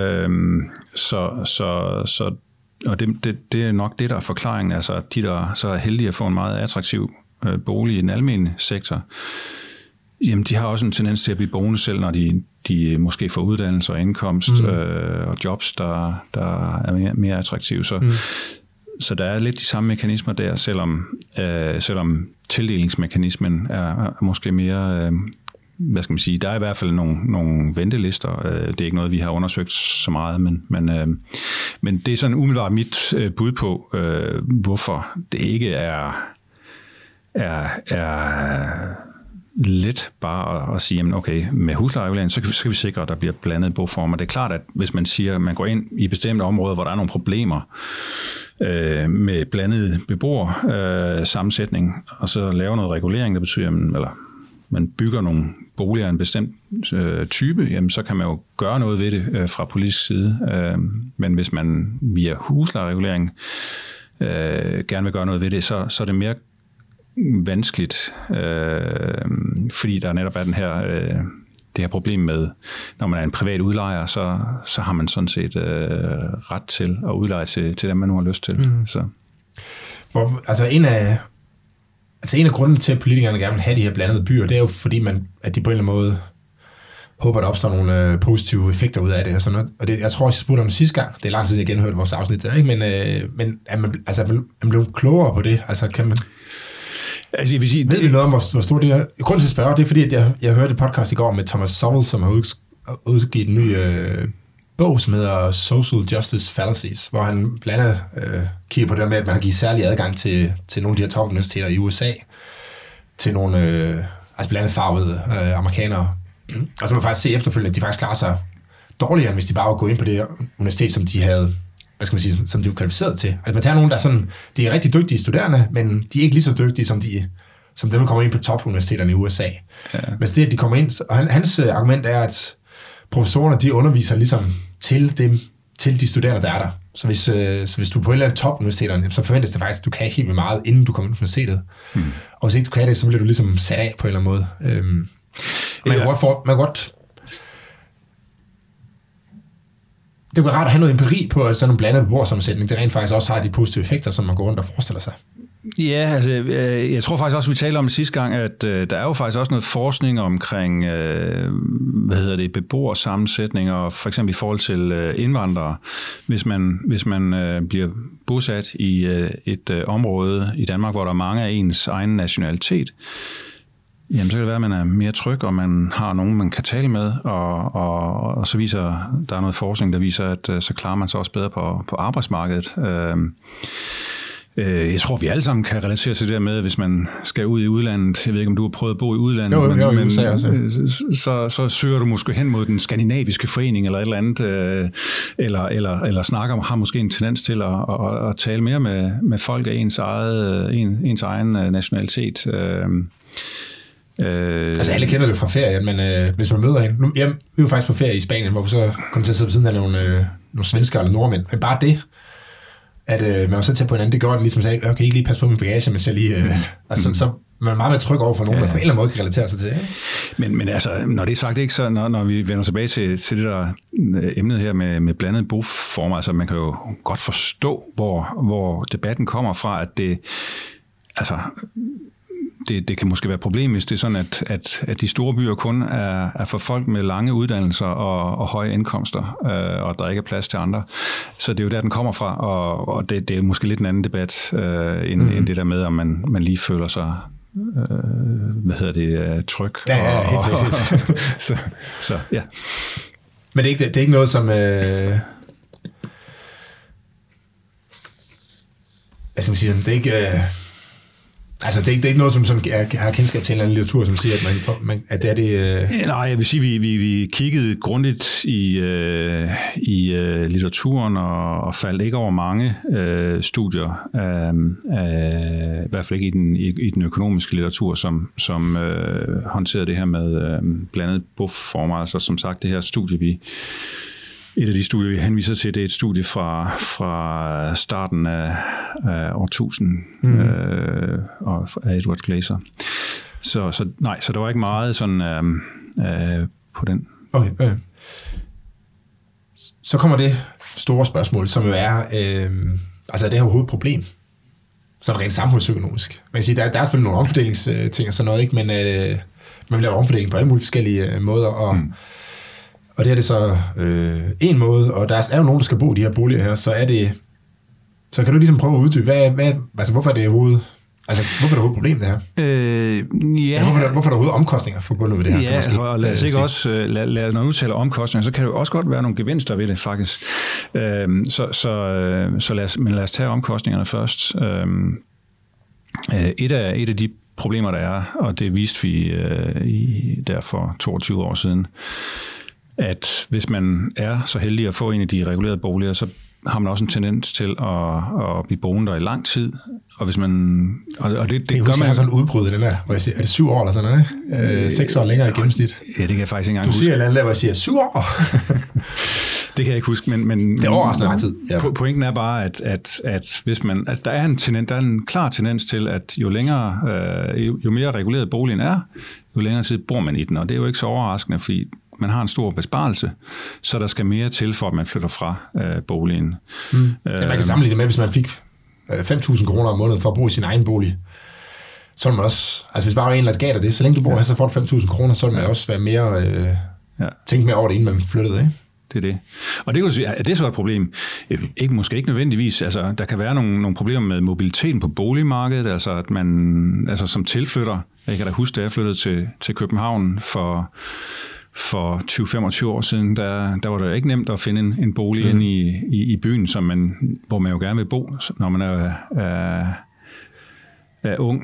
Og det er nok det, der er forklaringen. Altså, de, der så er heldige at få en meget attraktiv bolig i den almene sektor, jamen, de har også en tendens til at blive boende selv, når de måske får uddannelse og indkomst og jobs, der er mere attraktive. Så der er lidt de samme mekanismer der, selvom tildelingsmekanismen er måske mere, hvad skal man sige, der er i hvert fald nogle ventelister. Det er ikke noget, vi har undersøgt så meget, men det er sådan umiddelbart mit bud på, hvorfor det ikke er let bare at sige, jamen okay, med huslejeregulering, så kan vi sikre, at der bliver blandede boformer. Det er klart, at hvis man siger, at man går ind i bestemte områder, hvor der er nogle problemer med blandet beboersammensætning, og så laver noget regulering, der betyder, eller man bygger nogle boliger af en bestemt type, jamen så kan man jo gøre noget ved det fra politisk side. Men hvis man via huslejeregulering gerne vil gøre noget ved det, så er det mere vanskeligt, fordi der netop er det her problem med, når man er en privat udlejer, så har man sådan set ret til at udleje til dem, man nu har lyst til. Så. Altså en af grundene til, at politikerne gerne vil have de her blandede byer, det er jo fordi, at de på en eller anden måde håber, der opstår nogle positive effekter ud af det og sådan noget. Og det, jeg tror også, jeg spurgte om det sidste gang. Det er lang tid, jeg genhørte vores afsnit der, ikke? Men er man blevet klogere på det? Altså kan man... Altså, jeg vil sige, ved vi noget om, hvor stort det er? Grunden til at spørge, det er fordi, at jeg hørte et podcast i går med Thomas Sowell, som har udgivet en ny bog, som hedder Social Justice Fallacies, hvor han blandt andet kigger på det med, at man har givet særlig adgang til nogle af de her topuniversiteter i USA, til nogle blandt andet farvede amerikanere. Og så kan man faktisk se efterfølgende, at de faktisk klarer sig dårligere, end hvis de bare var gået ind på det universitet, som de havde, som de var kvalificeret til. Altså man tager nogen, der er sådan, de er rigtig dygtige studerende, men de er ikke lige så dygtige, som dem, der kommer ind på topuniversiteterne i USA. Ja. Men det, at de kommer ind, og hans argument er, at professorerne, de underviser ligesom til de studerende, der er der. Så hvis du er på et eller andet topuniversiteterne, så forventes det faktisk, at du kan helt meget, inden du kommer ind på universitetet. Og hvis ikke du kan det, så bliver du ligesom sat af på en eller anden måde. Man kan godt det er rart at have noget empiri på, at sådan en blandet beboersammensætning, det rent faktisk også har de positive effekter, som man går rundt og forestiller sig. Ja, altså, jeg tror faktisk også, vi talte om det sidste gang, at der er jo faktisk også noget forskning omkring, beboersammensætninger, for eksempel i forhold til indvandrere. Hvis man bliver bosat i et område i Danmark, hvor der er mange af ens egen nationalitet, jamen, så kan det være, at man er mere tryg, og man har nogen, man kan tale med, og så viser, der er noget forskning, der viser, at så klarer man sig også bedre på arbejdsmarkedet. Jeg tror, vi alle sammen kan relatere til det der med, hvis man skal ud i udlandet. Jeg ved ikke, om du har prøvet at bo i udlandet, men så søger du måske hen mod den skandinaviske forening eller et eller andet, eller snakker, har måske en tendens til at tale mere med folk af ens egen nationalitet. Altså alle kender det fra ferien, men hvis man møder en... Vi var faktisk på ferie i Spanien, hvor vi så kom til at sidde ved siden af nogle svensker eller nordmænd. Men bare det, at man var så tæt på hinanden, det gjorde det ligesom sagde, okay, ikke lige passe på min bagage, men så lige... så man er meget mere tryg over for nogen, der på en eller anden måde kan relatere sig til. Ikke? Men altså, når det er sagt, ikke, så når vi vender tilbage til det der emnet her med blandede boformer, altså man kan jo godt forstå, hvor debatten kommer fra, at det... Altså... Det kan måske være et problem, hvis det er sådan, at de store byer kun er for folk med lange uddannelser og høje indkomster, og der ikke er plads til andre. Så det er jo der, den kommer fra, og det er måske lidt en anden debat, end det der med, om man lige føler sig tryg. Ja, helt sikkert. Så ja. Men det er ikke noget, som... hvad skal man sige? Det er ikke... Altså, det er ikke noget, som har kendskab til en eller anden litteratur, som siger, at det er det... Nej, jeg vil sige, vi kiggede grundigt i litteraturen og faldt ikke over mange studier, i hvert fald ikke i den økonomiske litteratur, som håndterede det her med blandet bofformer. Altså, som sagt, det her studie, et af de studier, vi henviser til, det er et studie fra starten af årtusind af Edward Glaser. Så der var ikke meget sådan på den. Okay. Så kommer det store spørgsmål, som jo er, altså er det her overhovedet et problem? Sådan rent samfundsøkonomisk. Man kan sige, der er selvfølgelig nogle omfordelingsting og sådan noget, ikke? Men man laver omfordeling på alle mulige forskellige måder, og det er det så en måde, og der er jo nogen, der skal bo i de her boliger her, så kan du ligesom prøve at uddybe, altså hvorfor er det overhovedet, altså hvorfor er det overhovedet et problem, det her? Ja. Hvorfor er der overhovedet omkostninger forbundet med det her? Ja, altså, når du taler omkostninger, så kan det jo også godt være nogle gevinster ved det, faktisk. Så lad os tage omkostningerne først. Et af de problemer, der er, og det viste vi der for 22 år siden, at hvis man er så heldig at få en af de regulerede boliger, så har man også en tendens til at blive boende der i lang tid. Og hvis man... Og det gør man... sådan en udbrud i den der, hvor jeg siger, er det 7 år eller sådan noget? 6 år længere i gennemsnit. Ja, det kan jeg faktisk ikke engang huske. Du siger et eller andet der, hvor jeg siger 7 år? Det kan jeg ikke huske, men det er overraskende lang tid. Ja. Pointen er bare, at hvis man... Altså, der er en klar tendens til, at jo mere reguleret boligen er, jo længere tid bor man i den. Og det er jo ikke så overraskende, fordi man har en stor besparelse, så der skal mere til, for at man flytter fra boligen. Man kan sammenligne det med, hvis man fik 5.000 kroner om måneden for at bo i sin egen bolig. Så vil man også, altså hvis bare en eller anden gav dig det, så længe du bor her, så får du 5.000 kroner, så vil man også være mere, tænke mere over det, inden man flyttede, ikke? Det er det. Og det kan sige, er det så et problem? Måske ikke nødvendigvis. Altså, der kan være nogle problemer med mobiliteten på boligmarkedet, altså at man, altså som tilflytter, jeg kan da huske, da jeg flyttede til København for 20-25 år siden, der var det ikke nemt at finde en bolig inde i byen, hvor man jo gerne vil bo, når man er ung.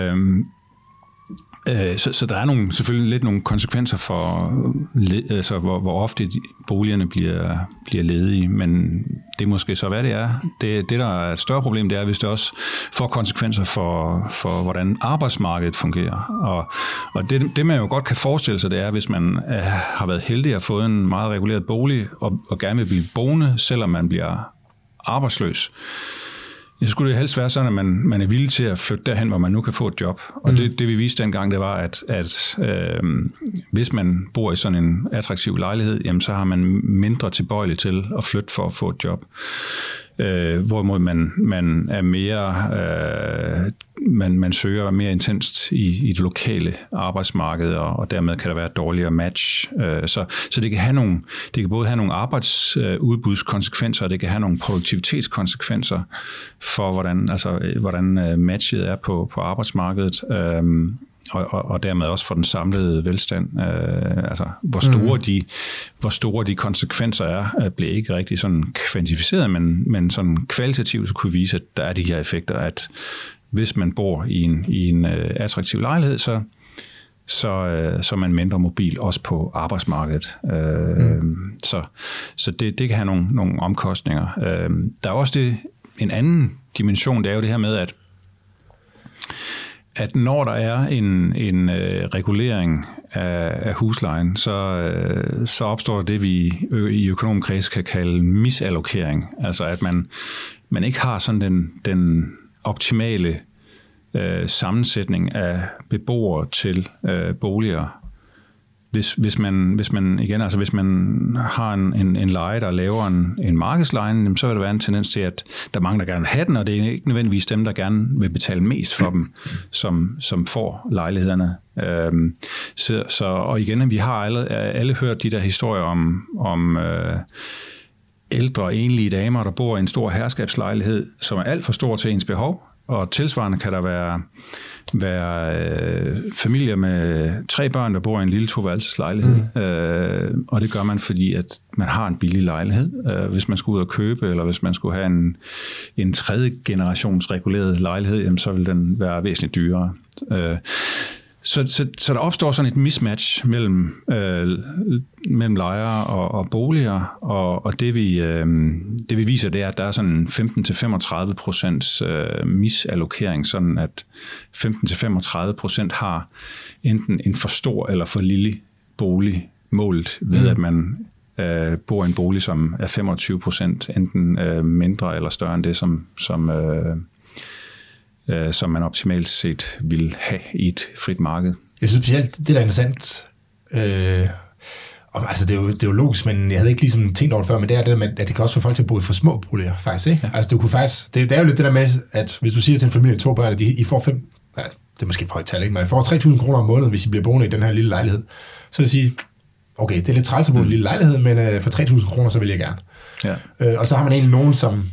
Så der er selvfølgelig lidt nogle konsekvenser for, altså hvor ofte boligerne bliver ledige, men det er måske så, hvad det er. Det der er et større problem, det er, hvis det også får konsekvenser for hvordan arbejdsmarkedet fungerer. Og det man jo godt kan forestille sig, det er, hvis man har været heldig at få en meget reguleret bolig, og gerne vil blive boende, selvom man bliver arbejdsløs. Så skulle det helst være sådan, at man er villig til at flytte derhen, hvor man nu kan få et job. Og det vi viste dengang, det var, at hvis man bor i sådan en attraktiv lejlighed, jamen, så har man mindre tilbøjelig til at flytte for at få et job. hvorimod man er mere, man søger mere intenst i det lokale arbejdsmarked, og dermed kan der være et dårligere match. Så det kan have det kan både have nogle arbejdsudbudskonsekvenser, og det kan have nogle produktivitetskonsekvenser for, hvordan matchet er på arbejdsmarkedet. Og dermed også for den samlede velstand. Hvor store de konsekvenser er, bliver ikke rigtig sådan kvantificeret, men sådan kvalitativt så kunne vise, at der er de her effekter, at hvis man bor i en attraktiv lejlighed, så er man mindre mobil, også på arbejdsmarkedet. Så det kan have nogle omkostninger. Der er også en anden dimension, det er jo det her med, at når der er en regulering af huslejen, så opstår det, vi i økonomkreds kan kalde misallokering. Altså at man ikke har sådan den optimale sammensætning af beboere til boliger. Hvis man har en leje, der er lavere en markedsleje, så vil der være en tendens til, at der er mange, der gerne vil have den, og det er ikke nødvendigvis dem, der gerne vil betale mest for dem, som får lejlighederne. Og igen, vi har alle hørt de der historier om ældre, enlige damer, der bor i en stor herskabslejlighed, som er alt for stor til ens behov, og tilsvarende kan der være familier med 3 børn, der bor i en lille 2-værelseslejlighed. Og det gør man, fordi at man har en billig lejlighed. Hvis man skulle ud og købe, eller hvis man skulle have en 3. generations reguleret lejlighed, jamen, så vil den være væsentligt dyrere. Så der opstår sådan et mismatch mellem lejere og boliger, og det vi viser, det er, at der er sådan 15-35% misallokering, sådan at 15-35% har enten en for stor eller for lille bolig målt ved, at man bor i en bolig, som er 25% enten mindre eller større end det, som man optimalt set vil have i et frit marked. Jeg synes specielt, det der er interessant, og altså det er jo logisk, men jeg havde ikke ligesom tænkt over det før, men det er det med, at det kan også få folk til at bo i for små boliger, faktisk, ikke? Ja. Altså du kunne faktisk, det er jo lidt det der med, at hvis du siger til en familie med 2 børn, at I får 5, nej, det er måske for højt tal, ikke? Men I får 3.000 kroner om måneden, hvis I bliver boende i den her lille lejlighed, så vil jeg sige, okay, det er lidt træls at bo i en lille lejlighed, men for 3.000 kroner, så vil jeg gerne. Ja. Og så har man egentlig nogen, som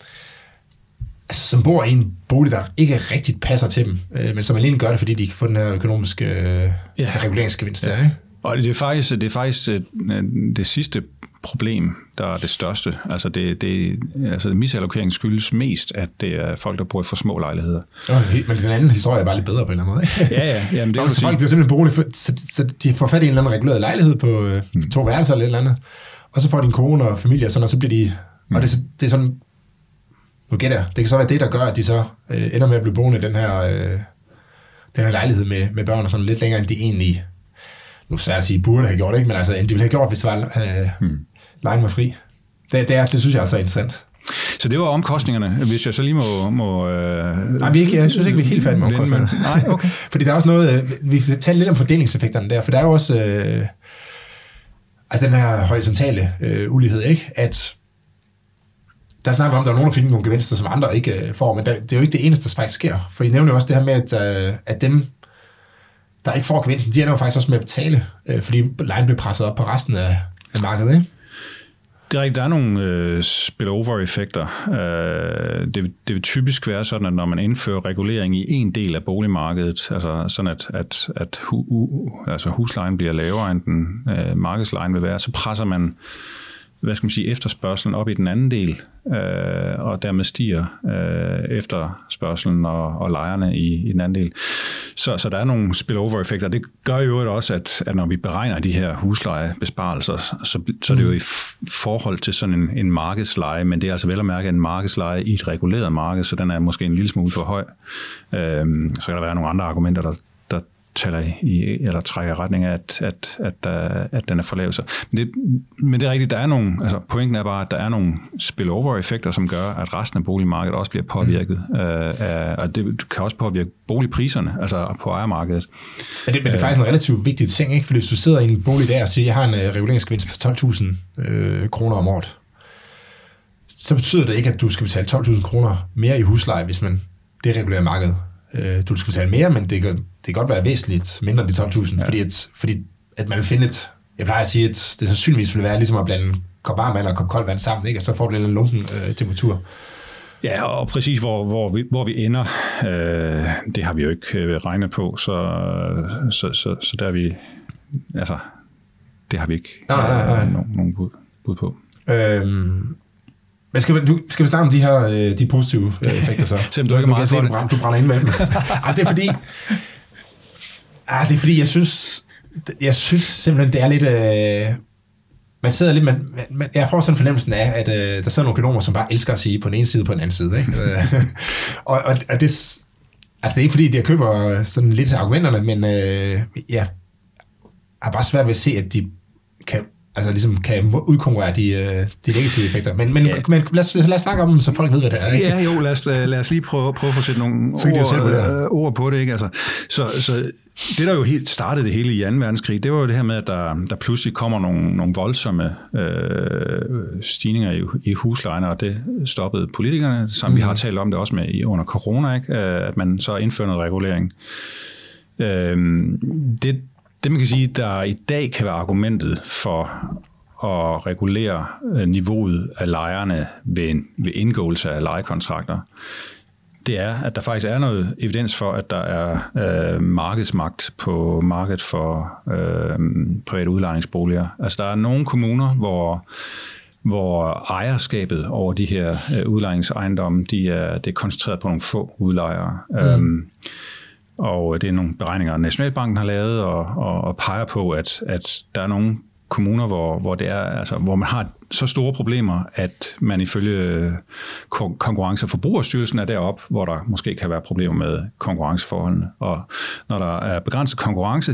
bor i en bolig, der ikke rigtigt passer til dem, men som alene gør det, fordi de kan få den her økonomiske reguleringsgevinst der, ikke? Og det er faktisk det sidste problem, der er det største. Altså misallokering skyldes mest, at det er folk, der bor i for små lejligheder. Men den anden historie er bare lidt bedre på en eller anden måde, ikke? Ja. Jamen, det så folk bliver simpelthen boende, så de får fat i en eller anden reguleret lejlighed på 2 værelser eller et eller andet, og så får de en kone og familie og sådan, og så bliver de... Og det er sådan... Nu gætter jeg. Det kan så være det, der gør, at de så ender med at blive boende i den her lejlighed med børn og sådan lidt længere, end de egentlig, nu er det svært at sige, burde have gjort, ikke? Men altså, end de ville have gjort, hvis lejen var fri. Det synes jeg altså er interessant. Så det var omkostningerne, hvis jeg så lige må Nej, jeg synes ikke, vi er helt færdige med omkostningerne. Nej, okay. Fordi der er også noget, vi taler lidt om fordelingseffekterne der, for der er jo også den her horisontale ulighed, ikke? At der snakker vi om, at der er nogen, der finder nogle gevinster, som andre ikke får, men det er jo ikke det eneste, der faktisk sker. For I nævner jo også det her med, at dem, der ikke får gevinsten, de ender jo faktisk også med at betale, fordi lejen bliver presset op på resten af markedet, ikke? Det er rigtigt, der er nogle spillover-effekter. Det vil typisk være sådan, at når man indfører regulering i en del af boligmarkedet, altså sådan at huslejen bliver lavere, end den markedslejen vil være, så presser man efterspørgselen op i den anden del, og dermed stiger efterspørgselen og lejerne i den anden del. Så der er nogle spillover-effekter. Det gør jo også, at når vi beregner de her huslejebesparelser, så er det jo i forhold til sådan en markedsleje, men det er altså vel at mærke en markedsleje i et reguleret marked, så den er måske en lille smule for høj. Så kan der være nogle andre argumenter, der eller trækker retning af, at den er for lav. Men det er rigtigt, der er nogle, altså pointen er bare, at der er nogle spillover-effekter, som gør, at resten af boligmarkedet også bliver påvirket. Og det kan også påvirke boligpriserne, altså på ejermarkedet. Men det er faktisk en relativt vigtig ting, ikke? For hvis du sidder i en bolig der og siger, jeg har en reguleringsgevinst på 12.000 kroner om året, så betyder det ikke, at du skal betale 12.000 kroner mere i husleje, hvis man deregulerer markedet. Du skal betale mere, men det kan godt være væsentligt mindre end de 12.000, fordi at man vil finde jeg plejer at sige, at det sandsynligvis vil være ligesom at blande kop varmt vand og kop koldt vand sammen, ikke? Og så får du en lunken temperatur. Ja, og præcis hvor vi ender, det har vi jo ikke regnet på, så der er vi, altså, det har vi ikke nogen bud på. Men skal vi snakke om de positive effekter så? Selvom du ikke er meget for det. Du brænder ind med dem. Det er fordi, jeg synes simpelthen, det er lidt... man sidder lidt... jeg får sådan en fornemmelsen af, at der sidder nogle økonomer, som bare elsker at sige på den ene side på den anden side. Ikke? og det... Altså, det er ikke fordi, jeg køber sådan lidt argumenterne, men jeg har bare svært ved at se, at de kan udkonkurrere de negative effekter. Men lad os snakke om dem, så folk ved, hvad det er. Ikke? Ja, jo, lad os lige prøve at få sætte nogle ord på det. Ikke? Altså, så det, der jo helt startede det hele i 2. verdenskrig, det var jo det her med, at der pludselig kommer nogle voldsomme stigninger i huslejerne, og det stoppede politikerne, som vi har talt om det også med under corona, ikke? At man så indfører noget regulering. Det man kan sige, der i dag kan være argumentet for at regulere niveauet af lejerne ved indgåelse af lejekontrakter, det er, at der faktisk er noget evidens for, at der er markedsmagt på markedet for private udlejningsboliger. Altså der er nogle kommuner, hvor ejerskabet over de her udlejningsejendomme, det er koncentreret på nogle få udlejere. Og det er nogle beregninger, Nationalbanken har lavet, og peger på, at der er nogle kommuner, hvor det er, altså, hvor man har så store problemer, at man ifølge Konkurrence- og Forbrugerstyrelsen er deroppe, hvor der måske kan være problemer med konkurrenceforholdene. Og når der er begrænset konkurrence,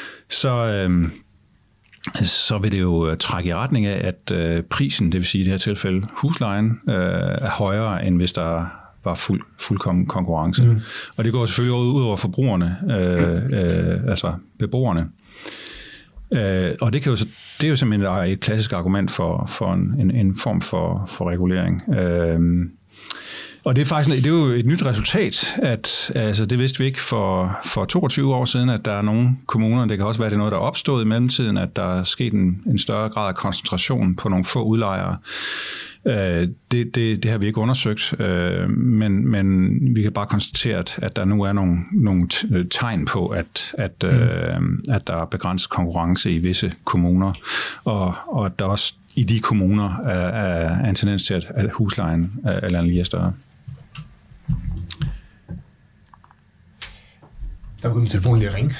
så vil det jo trække i retning af, at prisen, det vil sige i det her tilfælde huslejen, er højere, end hvis der var fuldkommen konkurrence. Og det går selvfølgelig ud over forbrugerne, altså beboerne. Og det er jo simpelthen et klassisk argument for en form for regulering. Og det er faktisk det er jo et nyt resultat, at altså det vidste vi ikke for 22 år siden, at der er nogle kommuner, det kan også være, det er noget, der er opstået i mellemtiden, at der er sket en større grad af koncentration på nogle få udlejere. Det har vi ikke undersøgt, men vi kan bare konstatere, at der nu er nogle tegn på, at der er begrænset konkurrence i visse kommuner, og at der også i de kommuner er en tendens til, at huslejen eller lige er større. Der begyndte telefonen lige at ringe.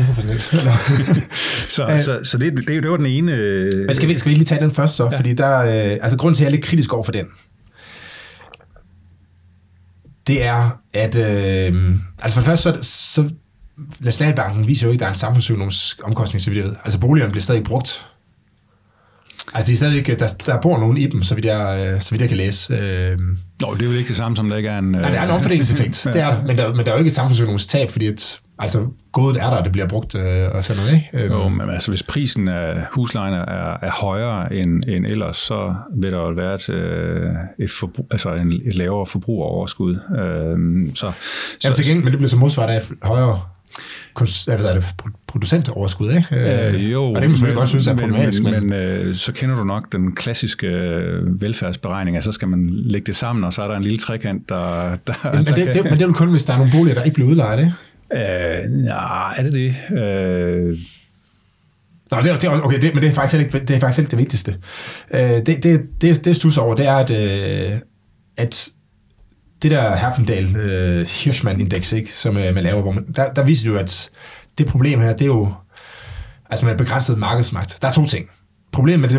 Så det var den ene... Men skal vi lige tage den først så? Ja. Fordi der, altså grunden til, at jeg er lidt kritisk over for den, det er, at altså for det første, så Nationalbanken viser jo ikke, at der er en samfundsøkonomisk omkostning, så vidt jeg ved. Altså boligerne bliver stadig brugt. Altså, de er stadigvæk, der bor nogen i dem, så vidt jeg kan læse. Nå, det er jo ikke det samme, som der ikke er en... Nej, der er en omfordelingseffekt, det er, men der er jo ikke et samfundsøkonomisk tab, fordi godet er der, det bliver brugt og sådan noget, ikke? Jo, men altså, hvis prisen af huslejen er højere end ellers, så vil der jo være et lavere forbrugeroverskud. Til gengæld, men det bliver så modsvaret af et højere producentoverskud, ikke? Jo, og det må man godt synes er problematisk. Men så kender du nok den klassiske velfærdsberegning, så skal man lægge det sammen, og så er der en lille trekant, men det er jo kun, hvis der er nogle boliger, der ikke bliver udlejet, ikke? Er det det? Nå, men det er faktisk ikke det vigtigste. Det stusser over, det er, at det der Herfindahl-Hirschman-indeks, ikke, som man laver, hvor der viser jo, at det problem her, det er jo altså med begrænset markedsmagt. Der er to ting. Problemet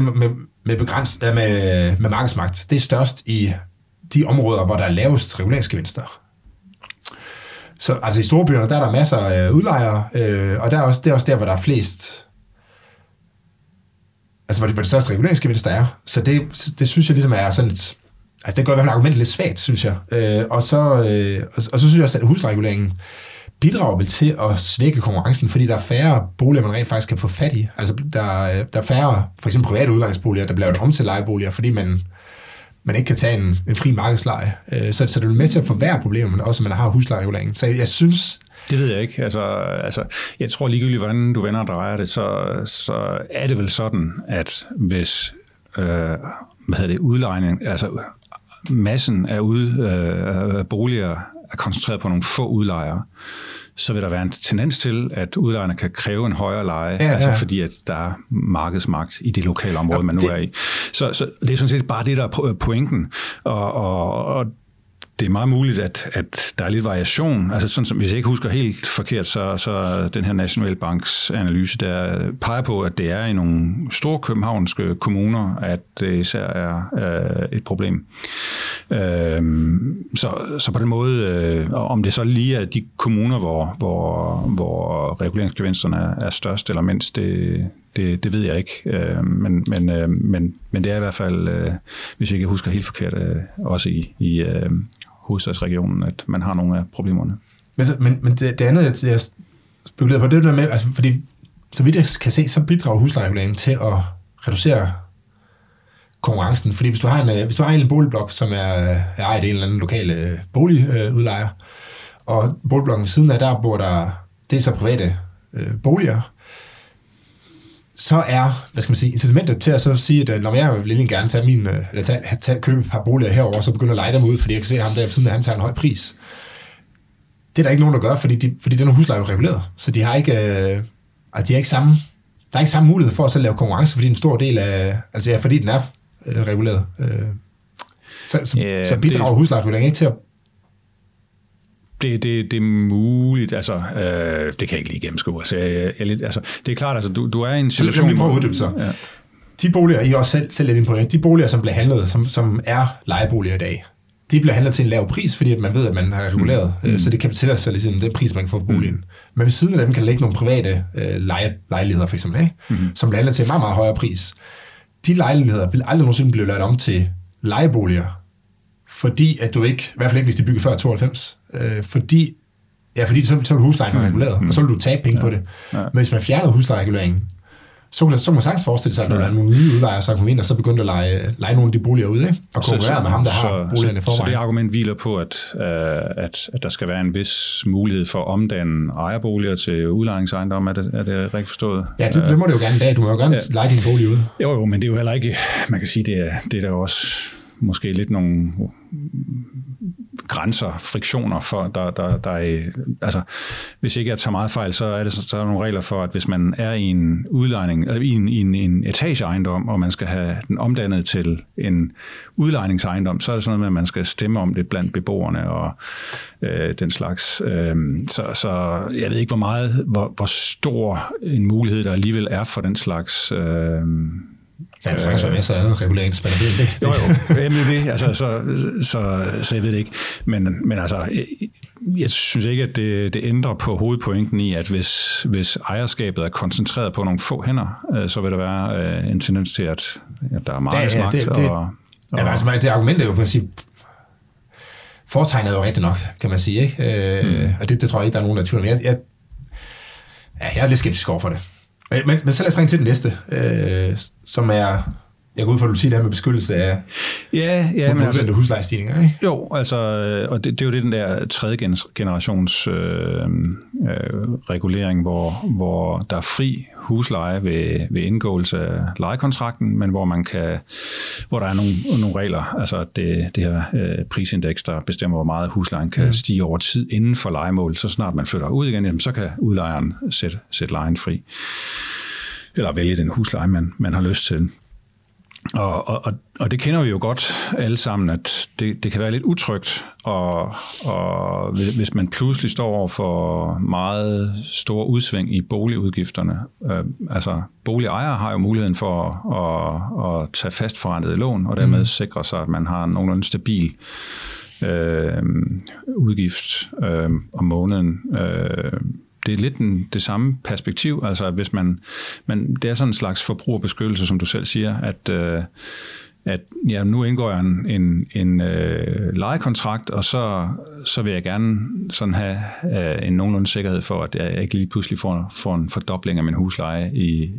med markedsmagt, det er størst i de områder, hvor der er lavest reguleringsgevinster. Så altså i storbyerne, der er der masser af udlejere, og det er også der, hvor der er flest, altså hvor det største reguleringsgevinster er. Så det synes jeg ligesom er sådan et, altså det gør i hvert fald argumentet lidt svagt, synes jeg. Og så synes jeg også, at huslejereguleringen bidrager vel til at svække konkurrencen, fordi der er færre boliger, man rent faktisk kan få fat i. Altså der er færre, for eksempel private udlejningsboliger, der bliver om til lejeboliger, fordi man man ikke kan tage en fri markedsleje. Så det er med til at forværre problemer, men også, at man har huslejereguleringen. Så jeg synes... Det ved jeg ikke. Altså, jeg tror ligegyldigt, hvordan du vender og drejer det, så er det vel sådan, at hvis udlejning, altså massen af boliger er koncentreret på nogle få udlejere, så vil der være en tendens til, at udlejerne kan kræve en højere leje, altså fordi at der er markedsmagt i det lokale område, man nu er i. Så det er sådan set bare det, der er pointen. Og det er meget muligt, at der er lidt variation. Altså sådan som, hvis jeg ikke husker helt forkert, så den her Nationalbanks analyse, der peger på, at det er i nogle store københavnske kommuner, at det især er et problem. Så på den måde, om det så lige er de kommuner, hvor reguleringsgevinsterne er størst eller mindst, det ved jeg ikke. Men det er i hvert fald, hvis jeg ikke husker helt forkert, også i hovedstadsregionen, at man har nogle af problemerne. Men det andet, jeg spekulerede på, det der med, altså, fordi så vidt jeg kan se, så bidrager huslejereguleringen til at reducere konkurrencen. Fordi hvis du har en boligblok, som er ejet en eller anden lokale boligudlejer, og boligblokken ved siden af, der bor det er så private boliger, så er, incitamentet til at så sige, at når jeg vil gerne tage købe et par boliger herover, så begynder at leje dem ud, fordi jeg kan se ham der ved siden af, han tager en høj pris. Det er der ikke nogen, der gør, fordi den husleje er reguleret. Så de har ikke, der er ikke samme mulighed for at så lave konkurrence, fordi en stor del af, fordi den er reguleret. Så bidrager huslejeregulering ikke til at... Det er muligt, det kan jeg ikke lige gennemskue. Det er klart, du er i en situation... Lad mig prøve at uddybe så. Ja. De boliger, I også selv lidt imponeret, de boliger, som bliver handlet, som er lejeboliger i dag, de bliver handlet til en lav pris, fordi at man ved, at man har reguleret, så det kapitalerer sig ligesom den pris, man kan få for boligen. Men ved siden af dem kan der ligge nogle private lejligheder, for eksempel, ikke? Som bliver handlet til en meget, meget højere pris. De lejligheder vil aldrig nogensinde blive lavet om til lejeboliger, fordi at du ikke, i hvert fald ikke, hvis de bygger før 92, fordi så vil huslejen reguleret, og så vil du tabe penge på det. Ja. Men hvis man fjernede huslejereguleringen, så må man sagtens forestille sig, at der er nogle nye udlejere, som kommer ind og så begynder at lege nogle af de boliger ud, ikke? Og konkurrere med ham, der har boligerne i forvejen. Så det argument hviler på, at der skal være en vis mulighed for at omdanne ejerboliger til udlejningsejendom. Er det rigtigt forstået? Ja, det må det jo gerne i dag. Du må jo gerne leje din bolig ud. Jo, men det er jo heller ikke, man kan sige, det er der også måske lidt nogle grænser, friktioner for, der er, hvis ikke jeg tager meget fejl, så er der nogle regler for, at hvis man er i en udlejning, eller i en etageejendom, og man skal have den omdannet til en udlejningsejendom, så er det sådan noget med, at man skal stemme om det blandt beboerne og den slags. Så jeg ved ikke, hvor stor en mulighed der alligevel er for den slags... Ja, det sagtens være masser af andet reguleringsspændende. Jo, det. Så jeg ved det ikke. Men jeg synes ikke, at det ændrer på hovedpointen i, at hvis ejerskabet er koncentreret på nogle få hænder, så vil der være en tendens til, at der er markedsmagt. Det argument er jo på at sige, foretegnet er jo rigtigt nok, kan man sige, ikke? Og det tror jeg ikke, der er nogen, der er tvivl om. Jeg er lidt skeptisk over for det. Men så lad os springe til den næste, som er, jeg går ud for, at du siger det her med beskyttelse af huslejestigninger, ikke? Jo, og det er jo det, den der tredje generations regulering, hvor der er fri husleje ved indgåelse af lejekontrakten, men hvor der er nogle regler, altså det her prisindeks, der bestemmer, hvor meget huslejen kan stige over tid inden for lejemål. Så snart man flytter ud igen, jamen, så kan udlejeren sætte lejen fri, eller vælge den husleje, man har lyst til. Og det kender vi jo godt alle sammen, at det kan være lidt utrygt, og hvis man pludselig står over for meget store udsving i boligudgifterne. Boligejere har jo muligheden for at tage fastforrentede lån, og dermed sikre sig, at man har en nogenlunde stabil udgift om måneden. Det er lidt det samme perspektiv, altså hvis man det er sådan en slags forbrugerbeskyttelse, som du selv siger, at ja, nu indgår jeg en lejekontrakt, og så vil jeg gerne sådan have en nogenlunde sikkerhed for, at jeg ikke lige pludselig får en fordobling af min husleje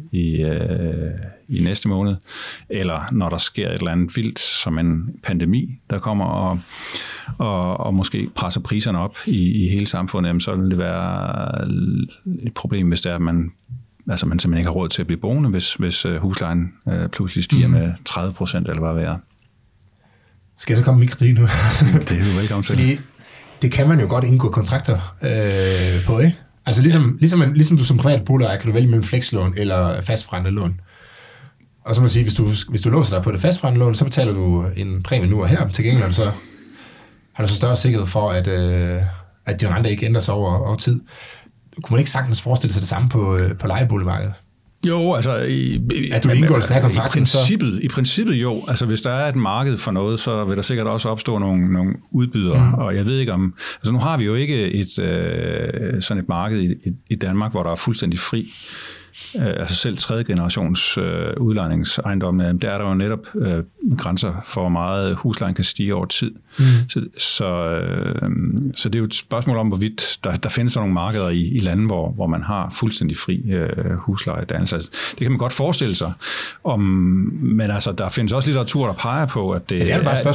i næste måned, eller når der sker et eller andet vildt, som en pandemi, der kommer og måske presser priserne op i hele samfundet, jamen, så vil det være et problem, hvis det er, at man simpelthen ikke har råd til at blive boende, hvis huslejen pludselig stiger med 30%, eller hvad det er. Skal jeg så komme med kritik nu? Det er jo velkommen til. Fordi det kan man jo godt indgå kontrakter på, ikke? Altså ligesom du som privat boligejer, kan du vælge mellem flekslån eller fastforrentet lån. Og så må man sige, hvis du låser dig på det fastforrentede lån, så betaler du en præmie nu og her. Til gengæld har du så større sikkerhed for, at din rente ikke ændrer sig over tid. Kunne man ikke sagtens forestille sig det samme på lejeboligmarkedet? Jo, altså at du indgår sådan her kontrakten, i princippet jo. Altså hvis der er et marked for noget, så vil der sikkert også opstå nogle udbydere. Og jeg ved ikke om, altså nu har vi jo ikke sådan et marked i Danmark, hvor der er fuldstændig fri. Altså selv tredje generations udlejningsejendomme, der er der jo netop grænser for, hvor meget huslejen kan stige over tid. Så det er jo et spørgsmål om, hvorvidt der findes nogle markeder i lande, hvor man har fuldstændig fri huslejedannelse. Altså, det kan man godt forestille sig. Men altså, der findes også litteratur, der peger på, at det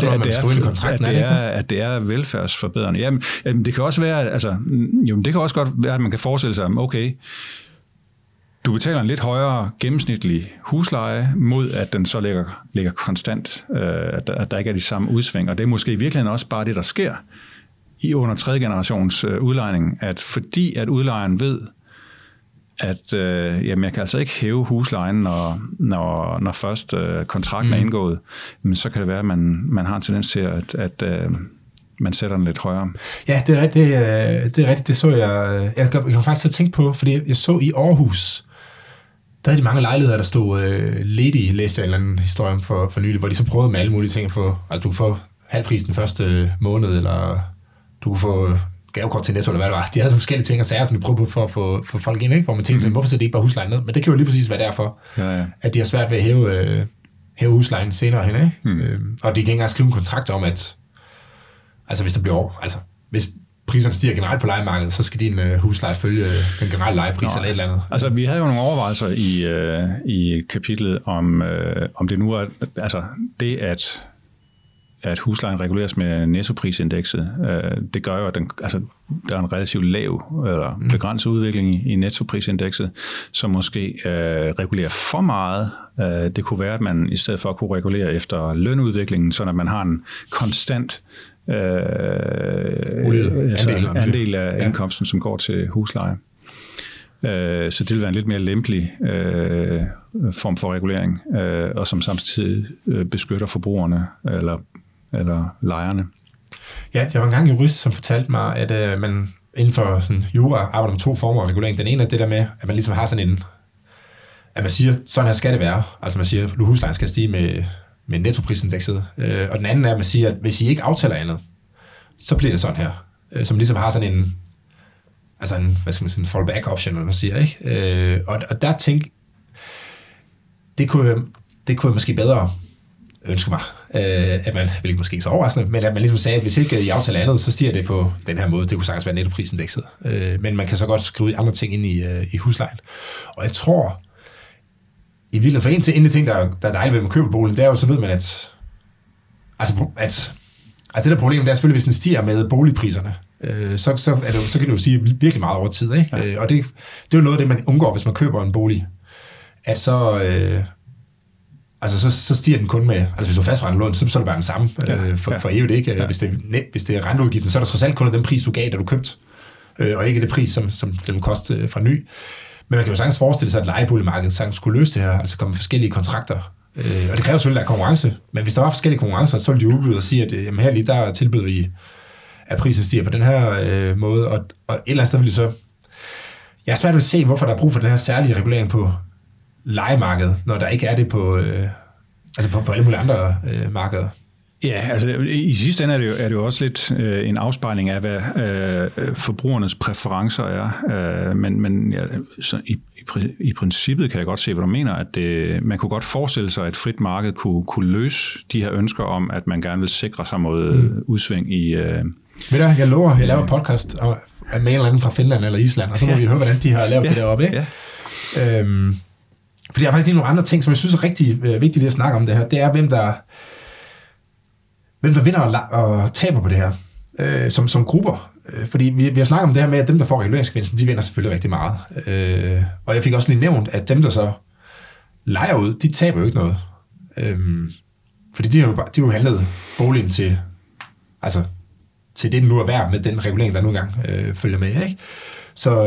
er velfærdsforbedrende. Jamen, det kan også være, altså, det kan også godt være, at man kan forestille sig, okay, du betaler en lidt højere gennemsnitlig husleje, mod at den så ligger konstant, at der ikke er de samme udsving. Og det er måske i virkeligheden også bare det, der sker under tredje generations udlejning, at fordi at udlejeren ved, at jeg kan altså ikke hæve huslejen, når først kontrakten er indgået, men så kan det være, at man har en tendens til, at man sætter den lidt højere. Ja, det er rigtigt. Det så jeg kan faktisk have tænkt på, fordi jeg så i Aarhus, der er de mange lejligheder, der stod ledige, læste jeg en eller anden historie for nylig, hvor de så prøvede med alle mulige ting. Altså du kunne få halvprisen første måned, eller du kunne få gavekort til Netto, eller hvad det var. De havde så forskellige ting og sager, som de prøvede på for at få folk ind, ikke? Hvor man tænkte, hvorfor sætter de ikke bare huslejen ned? Men det kan jo lige præcis være derfor, at de har svært ved at hæve huslejen senere hen, ikke? Og de kan ikke engang skrive en kontrakt om, at altså hvis der bliver over, altså hvis priserne stiger generelt på lejemarkedet, så skal din husleje følge den generelle lejepris eller et eller andet. Altså vi havde jo nogle overvejelser i kapitlet om det nu er, altså det at huslejen reguleres med nettoprisindekset, det gør jo, at der er en relativt lav eller begrænset udvikling i nettoprisindekset, som måske regulerer for meget. Det kunne være, at man i stedet for at kunne regulere efter lønudviklingen, så at man har en konstant andel af indkomsten, som går til husleje. Så det vil være en lidt mere lempelig form for regulering, og som samtidig beskytter forbrugerne eller lejerne. Ja, jeg var engang jurist, som fortalte mig, at man inden for sådan jura arbejder med to former af regulering. Den ene er det der med, at man ligesom har sådan at man siger, sådan her skal det være. Altså man siger, at huslejen skal stige med nettoprisindekset. Og den anden er, at man siger, at hvis I ikke aftaler andet, så bliver det sådan her. Som ligesom har sådan en hvad skal man sige, en fallback option, eller man siger, ikke? Og der tænk, det kunne jeg måske bedre ønske mig, at man, hvilket måske ikke så overraskende, men at man ligesom sagde, at hvis ikke I aftaler andet, så stiger det på den her måde. Det kunne sagtens være nettoprisindekset. Men man kan så godt skrive andre ting ind i huslejen. Og jeg tror, i virkeligheden, for en af de ting, der er dejligt ved at købe boligen, det er jo, så ved man, at det der problem, det er selvfølgelig, hvis den stiger med boligpriserne, så kan det jo sige virkelig meget over tid, ikke? Ja. Og det er jo noget af det, man undgår, hvis man køber en bolig, at så stiger den kun med, altså hvis du er fastforrentet lån, så er det bare den samme for evigt, ikke? Ja. Hvis det er renteudgiften, så er der trods alt kun den pris, du gav, da du købte, og ikke det pris, som den koste fra ny. Men man kan jo sagtens forestille sig, at lejeboligmarkedet sagtens skulle løse det her, altså komme forskellige kontrakter. Og det kræver selvfølgelig, at der er konkurrence, men hvis der var forskellige konkurrencer, så ville de udbyde og sige, at jamen her lige der tilbyder I, at prisen stiger på den her måde, og et eller andet sted vil det så... Jeg er svært ved at se, hvorfor der er brug for den her særlige regulering på lejemarkedet, når der ikke er det på alle mulige andre markeder. Ja, altså i sidste ende er det jo også lidt en afspejling af, hvad forbrugernes præferencer er. Men ja, så i i princippet kan jeg godt se, hvad du mener, at man kunne godt forestille sig, at et frit marked kunne løse de her ønsker om, at man gerne vil sikre sig mod udsving i... Ved du, jeg lover, jeg laver podcast med en eller anden fra Finland eller Island, og så må vi høre, hvordan de har lavet det deroppe, ikke? Ja. Fordi der er faktisk lige nogle andre ting, som jeg synes er rigtig vigtigt lige at snakke om det her. Det er, hvem der vinder og taber på det her, som grupper. Fordi vi har snakket om det her med, at dem, der får reguleringsgevinsten, de vinder selvfølgelig rigtig meget. Og jeg fik også lige nævnt, at dem, der så lejer ud, de taber jo ikke noget. Fordi de har jo handlet boligen til det, den nu er værd med den regulering, der nu engang følger med. Ikke? Så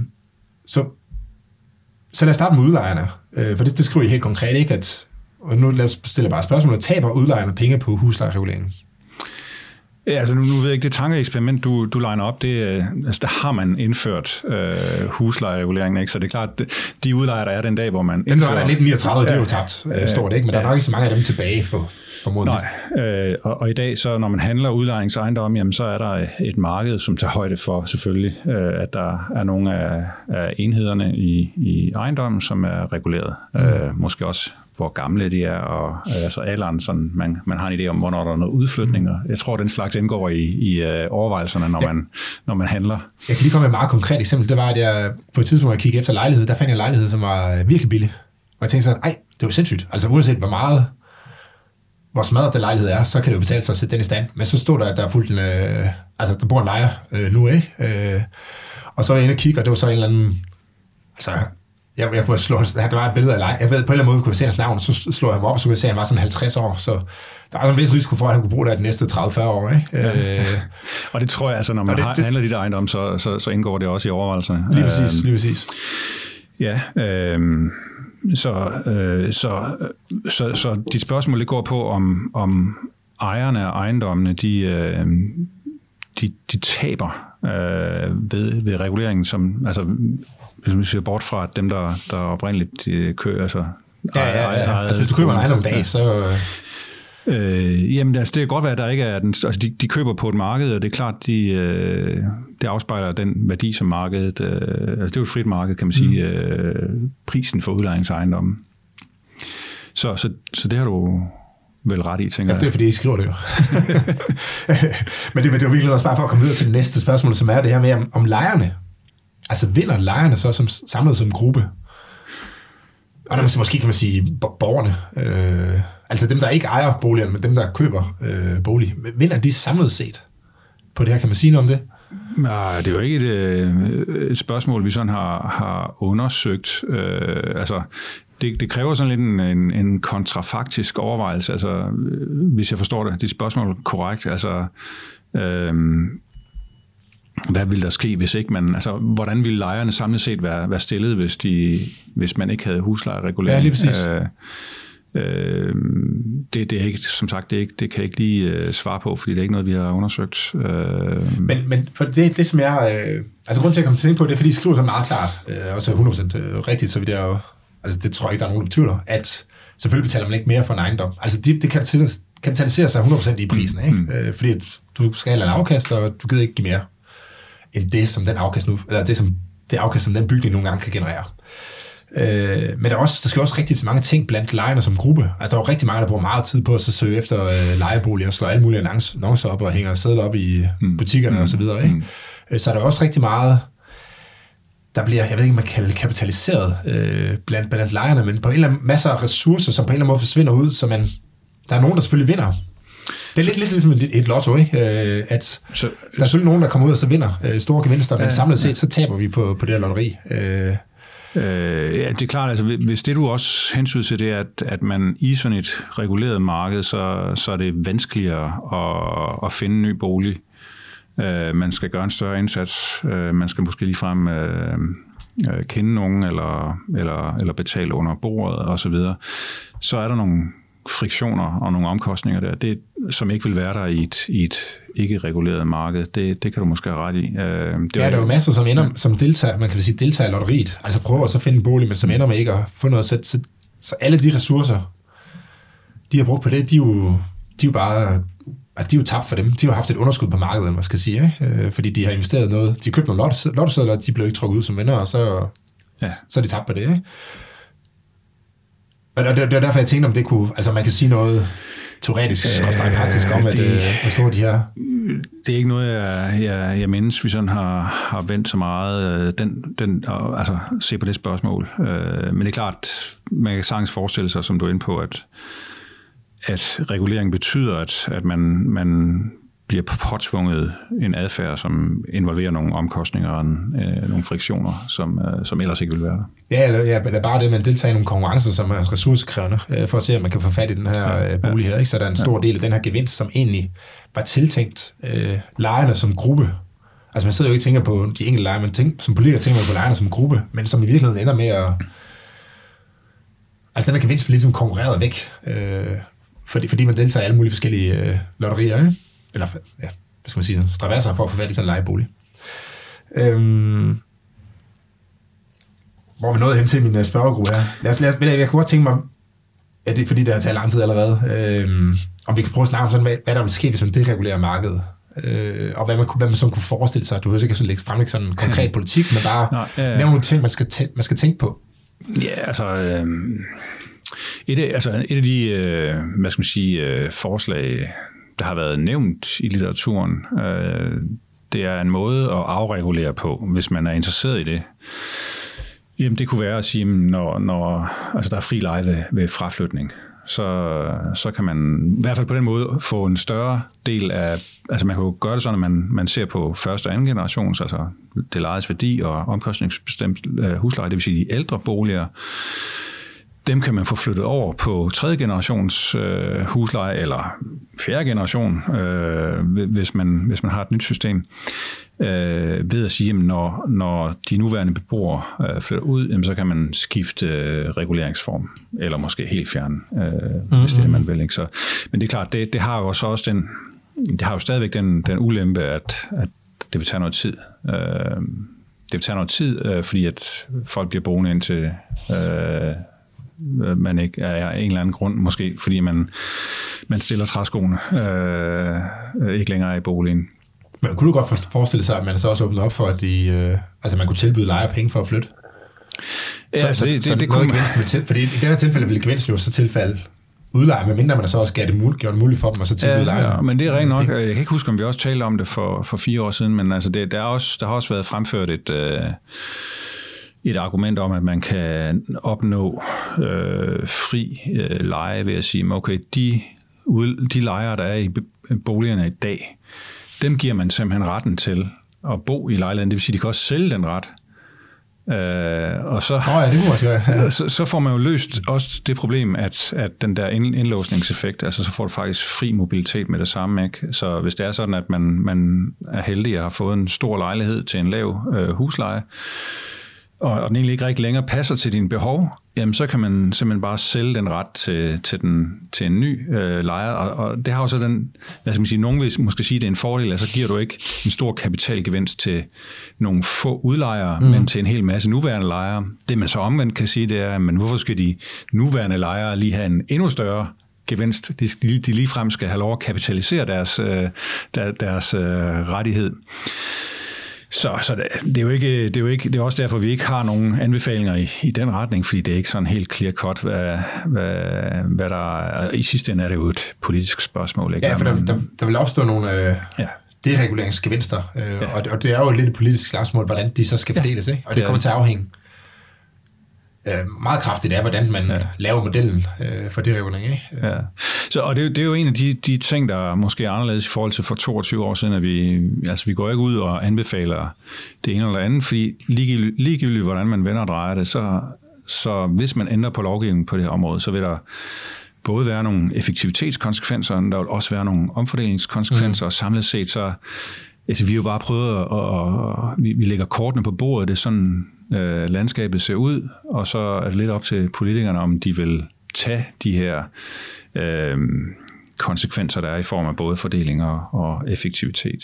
lad os starte med udlejerne. For det skriver I helt konkret, ikke? Og nu stiller jeg bare spørgsmålet, taber udlejerne penge på huslejereguleringen? Ja, altså nu ved jeg ikke, det tankeeksperiment, du liner op, der har man indført huslejereguleringen, ikke? Så det er klart, de udlejere, der er den dag, hvor man indfører... Den var der 1939, det er jo tabt stort, ikke? Men der er nok ikke så mange af dem tilbage formodentlig. Nej, og i dag, så når man handler udlejningsejendom, jamen, så er der et marked, som tager højde for selvfølgelig, at der er nogle af enhederne i ejendommen, som er reguleret. Måske også hvor gamle de er, og altså alderen, sådan man har en idé om, hvornår der er noget udflytning. Jeg tror, den slags indgår i overvejelserne, når man handler. Jeg kan lige komme med et meget konkret eksempel. Det var, at jeg på et tidspunkt, jeg kiggede efter lejlighed, der fandt jeg en lejlighed, som var virkelig billig. Og jeg tænkte sådan, det var sindssygt. Altså uanset hvor smadret den lejlighed er, så kan det jo betale sig at sætte den i stand. Men så stod der, at der er fuldt der bor en lejer nu, ikke? Og så var jeg inde og kigge, og det var så en eller anden... Altså, jeg kunne slå, der var et billede af leje. Jeg ved, på en eller anden måde kunne jeg se hans navn, så slog jeg ham op, og så kunne jeg se, at han var sådan 50 år. Så der er en vis risiko for, at han kunne bruge det de næste 30-40 år. Ikke? Ja. Og det tror jeg, altså, når man handler de der ejendom, så indgår det også i overvejelserne. Lige præcis. Ja, så dit spørgsmål går på, om ejerne af ejendommene, de taber ved reguleringen, som... Altså, hvis man ser bort fra dem, der oprindeligt kører, altså... Ja. Altså, hvis du køber en ejendom dag, så... Jamen, altså, det kan godt være, at der ikke er... Altså, de køber på et marked, og det er klart, det afspejler den værdi, som markedet... altså, det er jo et frit marked, kan man sige, prisen for udlejningsejendommen. Så det har du vel ret i, tænker jeg. Ja, det er, fordi I skriver det jo. Men det var virkelig også bare for at komme videre til det næste spørgsmål, som er det her med, om lejerne. Altså vinder lejerne så samlet som gruppe? Og der måske kan man sige borgerne. Altså dem, der ikke ejer boligerne, men dem, der køber bolig. Vinder de samlet set på det her? Kan man sige noget om det? Nej, det er jo ikke et spørgsmål, vi sådan har undersøgt. Altså, det kræver sådan lidt en kontrafaktisk overvejelse. Altså, hvis jeg forstår det, dit spørgsmål korrekt. Altså... hvad ville der ske, hvis ikke man... Altså, hvordan ville lejerne samlet set være stillet, hvis man ikke havde huslejeregulering? Ja, lige præcis. Det er ikke, som sagt, det kan jeg ikke lige svare på, fordi det er ikke noget, vi har undersøgt. Men for det som jeg... altså, grunden til at komme til at tænke på, det er, fordi I skriver så meget klart, også 100% rigtigt, så vi der jo... Altså, det tror jeg ikke, der er nogen, der tvivler, at selvfølgelig betaler man ikke mere for en ejendom. Altså, det kapitaliserer sig 100% i prisen, ikke? Fordi du skal have en afkast, og du gider ikke give mere end det, som den afkast nu, eller det afkast, som den bygning nogle gange kan generere. Men der skal også rigtig mange ting blandt lejerne som gruppe. Altså, der er rigtig mange, der bruger meget tid på at søge efter lejeboliger, og slå alle mulige annoncer op, og hænger sædler op i butikkerne og så videre, ikke? Så er der også rigtig meget, der bliver, jeg ved ikke, man kan kalde kapitaliseret blandt lejerne, men på en eller anden masser af ressourcer, som på en eller anden måde forsvinder ud, så der er nogen, der selvfølgelig vinder. Det er lidt ligesom et lotto, ikke? At der er selvfølgelig nogen, der kommer ud og så vinder store gevinster, men samlet set, så taber vi på det her lotteri. Ja, det er klart, altså hvis det du også hensyder til, det er, at man i sådan et reguleret marked, så er det vanskeligere at finde en ny bolig. Man skal gøre en større indsats. Man skal måske ligefrem kende nogen, eller betale under bordet osv. Så er der nogle friktioner og nogle omkostninger der, som ikke vil være der i et ikke-reguleret marked. Det kan du måske have ret i. Der er jo masser, som deltager, man kan sige, deltager i lotteriet, altså prøver at så finde en bolig, men som ender med ikke at få noget at sætte. Så alle de ressourcer, de har brugt på det, de er jo bare, at de er jo tabt for dem. De har haft et underskud på markedet, man skal sige, ikke? Fordi de har investeret noget, de købte nogle lottosedler, de blev ikke trukket ud som vinder, og så så er de tabt på det, ikke? Og det var derfor, jeg tænkte, om det kunne... Altså, man kan sige noget teoretisk og praktisk om, hvor store de her... Det er ikke noget, jeg mindes, vi sådan har vendt så meget altså se på det spørgsmål. Men det er klart, man kan sagtens forestille sig, som du er inde på, at regulering betyder, at man bliver påtvunget en adfærd, som involverer nogle omkostninger og nogle friktioner, som ellers ikke vil være der. Ja, eller bare det, man deltager i nogle konkurrencer, som er ressourcekrævende, for at se, om man kan få fat i den her bolig her. Ikke? Så der er en stor del af den her gevinst, som egentlig var tiltænkt lejerne som gruppe. Altså man sidder jo ikke og tænker på de enkelte lejere, men som politiker tænker man på lejerne som gruppe, men som i virkeligheden ender med at... Altså den her gevinst bliver lidt som konkurreret væk, fordi man deltager i alle mulige forskellige lotterier, ikke? Eller, ja, hvad skal man sige, stravasser for at få fat i sådan en lejebolig. Hvor vi nåede hen til min spørgegruppe her. Jeg kunne godt tænke mig, at det er fordi, det har taget lang tid allerede, om vi kan prøve at snakke om sådan, hvad der vil ske, hvis man deregulerer markedet. Og hvad man sådan kunne forestille sig. Du behøver ikke fremlægge sådan en konkret politik, men bare nævne nogle ting, man skal tænke på. Ja, altså... Et af de, hvad skal man sige, forslag, der har været nævnt i litteraturen, det er en måde at afregulere på, hvis man er interesseret i det. Jamen, det kunne være at sige, når der er fri leje ved fraflytning, så kan man i hvert fald på den måde få en større del af, altså man kan jo gøre det sådan, at man ser på første og anden generations, altså det lejes værdi og omkostningsbestemt husleje, det vil sige de ældre boliger. Dem kan man få flyttet over på tredje generations husleje eller fjerde generation, hvis man har et nyt system, ved at sige, at når de nuværende beboere flytter ud, jamen, så kan man skifte reguleringsform, eller måske helt fjerne, hvis det er, man vil. Ikke? Så, men det er klart, det har jo også det har jo stadigvæk den ulempe, at det vil tage noget tid. Det vil tage noget tid, fordi at folk bliver boende indtil... man ikke er en eller anden grund, måske fordi man stiller træskoene ikke længere i boligen. Men kunne du godt forestille sig, at man så også åbnede op for, at man kunne tilbyde lejere penge for at flytte? Ja, så det kunne man. Fordi i det her tilfælde ville gevinsten jo så tilfælde udlejer, medmindre man så også gjorde det muligt for dem at så tilbyde lejere. Ja, men det er rent nok. Jeg kan ikke huske, om vi også talte om det for 4 år siden, men altså der har også været fremført et argument om, at man kan opnå fri leje ved at sige, okay, de lejere, der er i boligerne i dag, dem giver man simpelthen retten til at bo i lejligheden. Det vil sige, de kan også sælge den ret. Og så, så får man jo løst også det problem, at den der indlåsningseffekt, altså så får du faktisk fri mobilitet med det samme. Ikke? Så hvis det er sådan, at man er heldig at have fået en stor lejlighed til en lav husleje, og den egentlig ikke rigtig længere passer til dine behov, jamen så kan man simpelthen bare sælge den ret til en ny lejer. Og det har jo så den, hvad skal man sige, nogen vil måske sige, det er en fordel, at så giver du ikke en stor kapitalgevinst til nogle få udlejere, men til en hel masse nuværende lejere. Det man så omvendt kan sige, det er, men hvorfor skal de nuværende lejere lige have en endnu større gevinst? De ligefrem skal have lov at kapitalisere deres rettighed. Så det er også derfor, vi ikke har nogen anbefalinger i den retning, fordi det er ikke sådan helt clear cut, hvad der er. I sidste ende er det jo et politisk spørgsmål. Ikke? Ja, for der vil opstå nogle dereguleringsgevinster, og det er jo lidt et politisk slagsmål, hvordan de så skal fordeles, ikke? Og det kommer til at afhænge meget kraftigt af, hvordan man laver modellen for deregulering. Ikke? Ja. Så, og det er jo en af de ting, der måske er anderledes i forhold til for 22 år siden, at vi går ikke ud og anbefaler det ene eller andet, fordi ligegyldigt hvordan man vender og drejer det, så hvis man ændrer på lovgivningen på det her område, så vil der både være nogle effektivitetskonsekvenser, og der vil også være nogle omfordelingskonsekvenser, og samlet set så, altså vi har jo bare prøvet vi lægger kortene på bordet, det er sådan landskabet ser ud, og så er det lidt op til politikerne, om de vil tage de her konsekvenser, der er i form af både fordeling og effektivitet.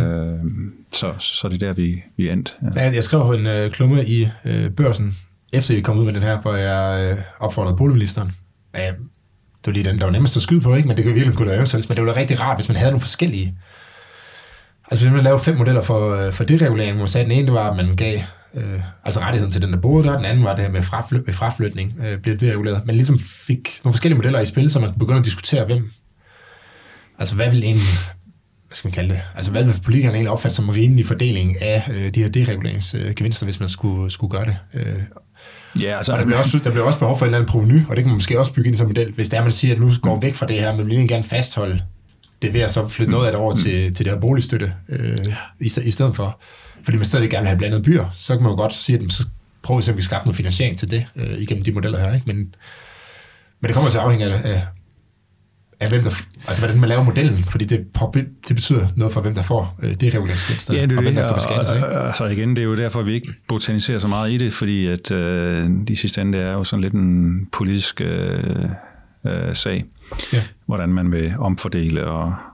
Så det er der, vi er endt. Ja. Jeg skrev en klumme i Børsen, efter vi kom ud med den her, hvor jeg opfordrede boligministeren. Det var lige den, der var nemmest at skyde på, ikke? Men det kunne virkelig kunne lave selv, men det var rigtig rart, hvis man havde nogle forskellige. Altså hvis man lavede 5 modeller for deregulering, hvor man sagde, den ene det var, at man gav altså rettigheden til den, der boede der. Den anden var det her med fraflytning, blev dereguleret. Men ligesom fik nogle forskellige modeller i spil, så man begyndte at diskutere, hvad vil egentlig, hvad skal man kalde det, altså hvad vil politikerne egentlig opfatte som en rimelig fordeling af de her dereguleringsgevinster, hvis man skulle gøre det. Ja, altså, og der bliver også behov for et eller andet provenu, og det kan man måske også bygge ind som model, hvis det er, man siger, at nu går væk fra det her, men vil egentlig gerne fastholde det ved at så flytte noget af det over til det her boligstøtte i stedet for. Fordi man stadig gerne vil have blandet byer, så kan man jo godt sige, at så prøver vi at skaffe noget finansiering til det igennem de modeller her. Ikke? Men det kommer til at afhænge af hvem der, altså hvordan man laver modellen, fordi det betyder noget for, hvem der får dereguleringsgevinster, ja, det og hvem der får beskattes. Altså igen, det er jo derfor, vi ikke botaniserer så meget i det, fordi at de sidste ende, det er jo sådan lidt en politisk sag, ja. Hvordan man vil omfordele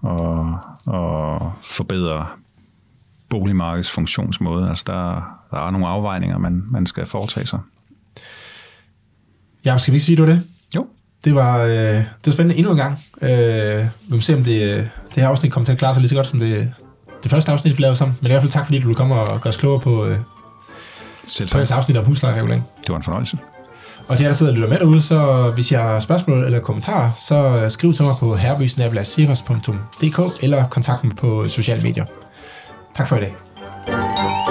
og forbedre boligmarkedets funktionsmåde. Altså der er nogle afvejninger, man skal foretage sig. Ja, skal vi ikke sige, det? Jo. Det var spændende endnu en gang. Vi må se, om det her afsnit kommer til at klare sig lige så godt, som det første afsnit, vi lavede sammen. Men i hvert fald tak, fordi du ville komme og gøre os klogere på jeres afsnit om huslejeregulering. Det var en fornøjelse. Og til jer, der sidder og lytter med derude, så hvis I har spørgsmål eller kommentarer, så skriv til mig på herby@siras.dk eller kontakt mig på sociale medier. Tak for i dag.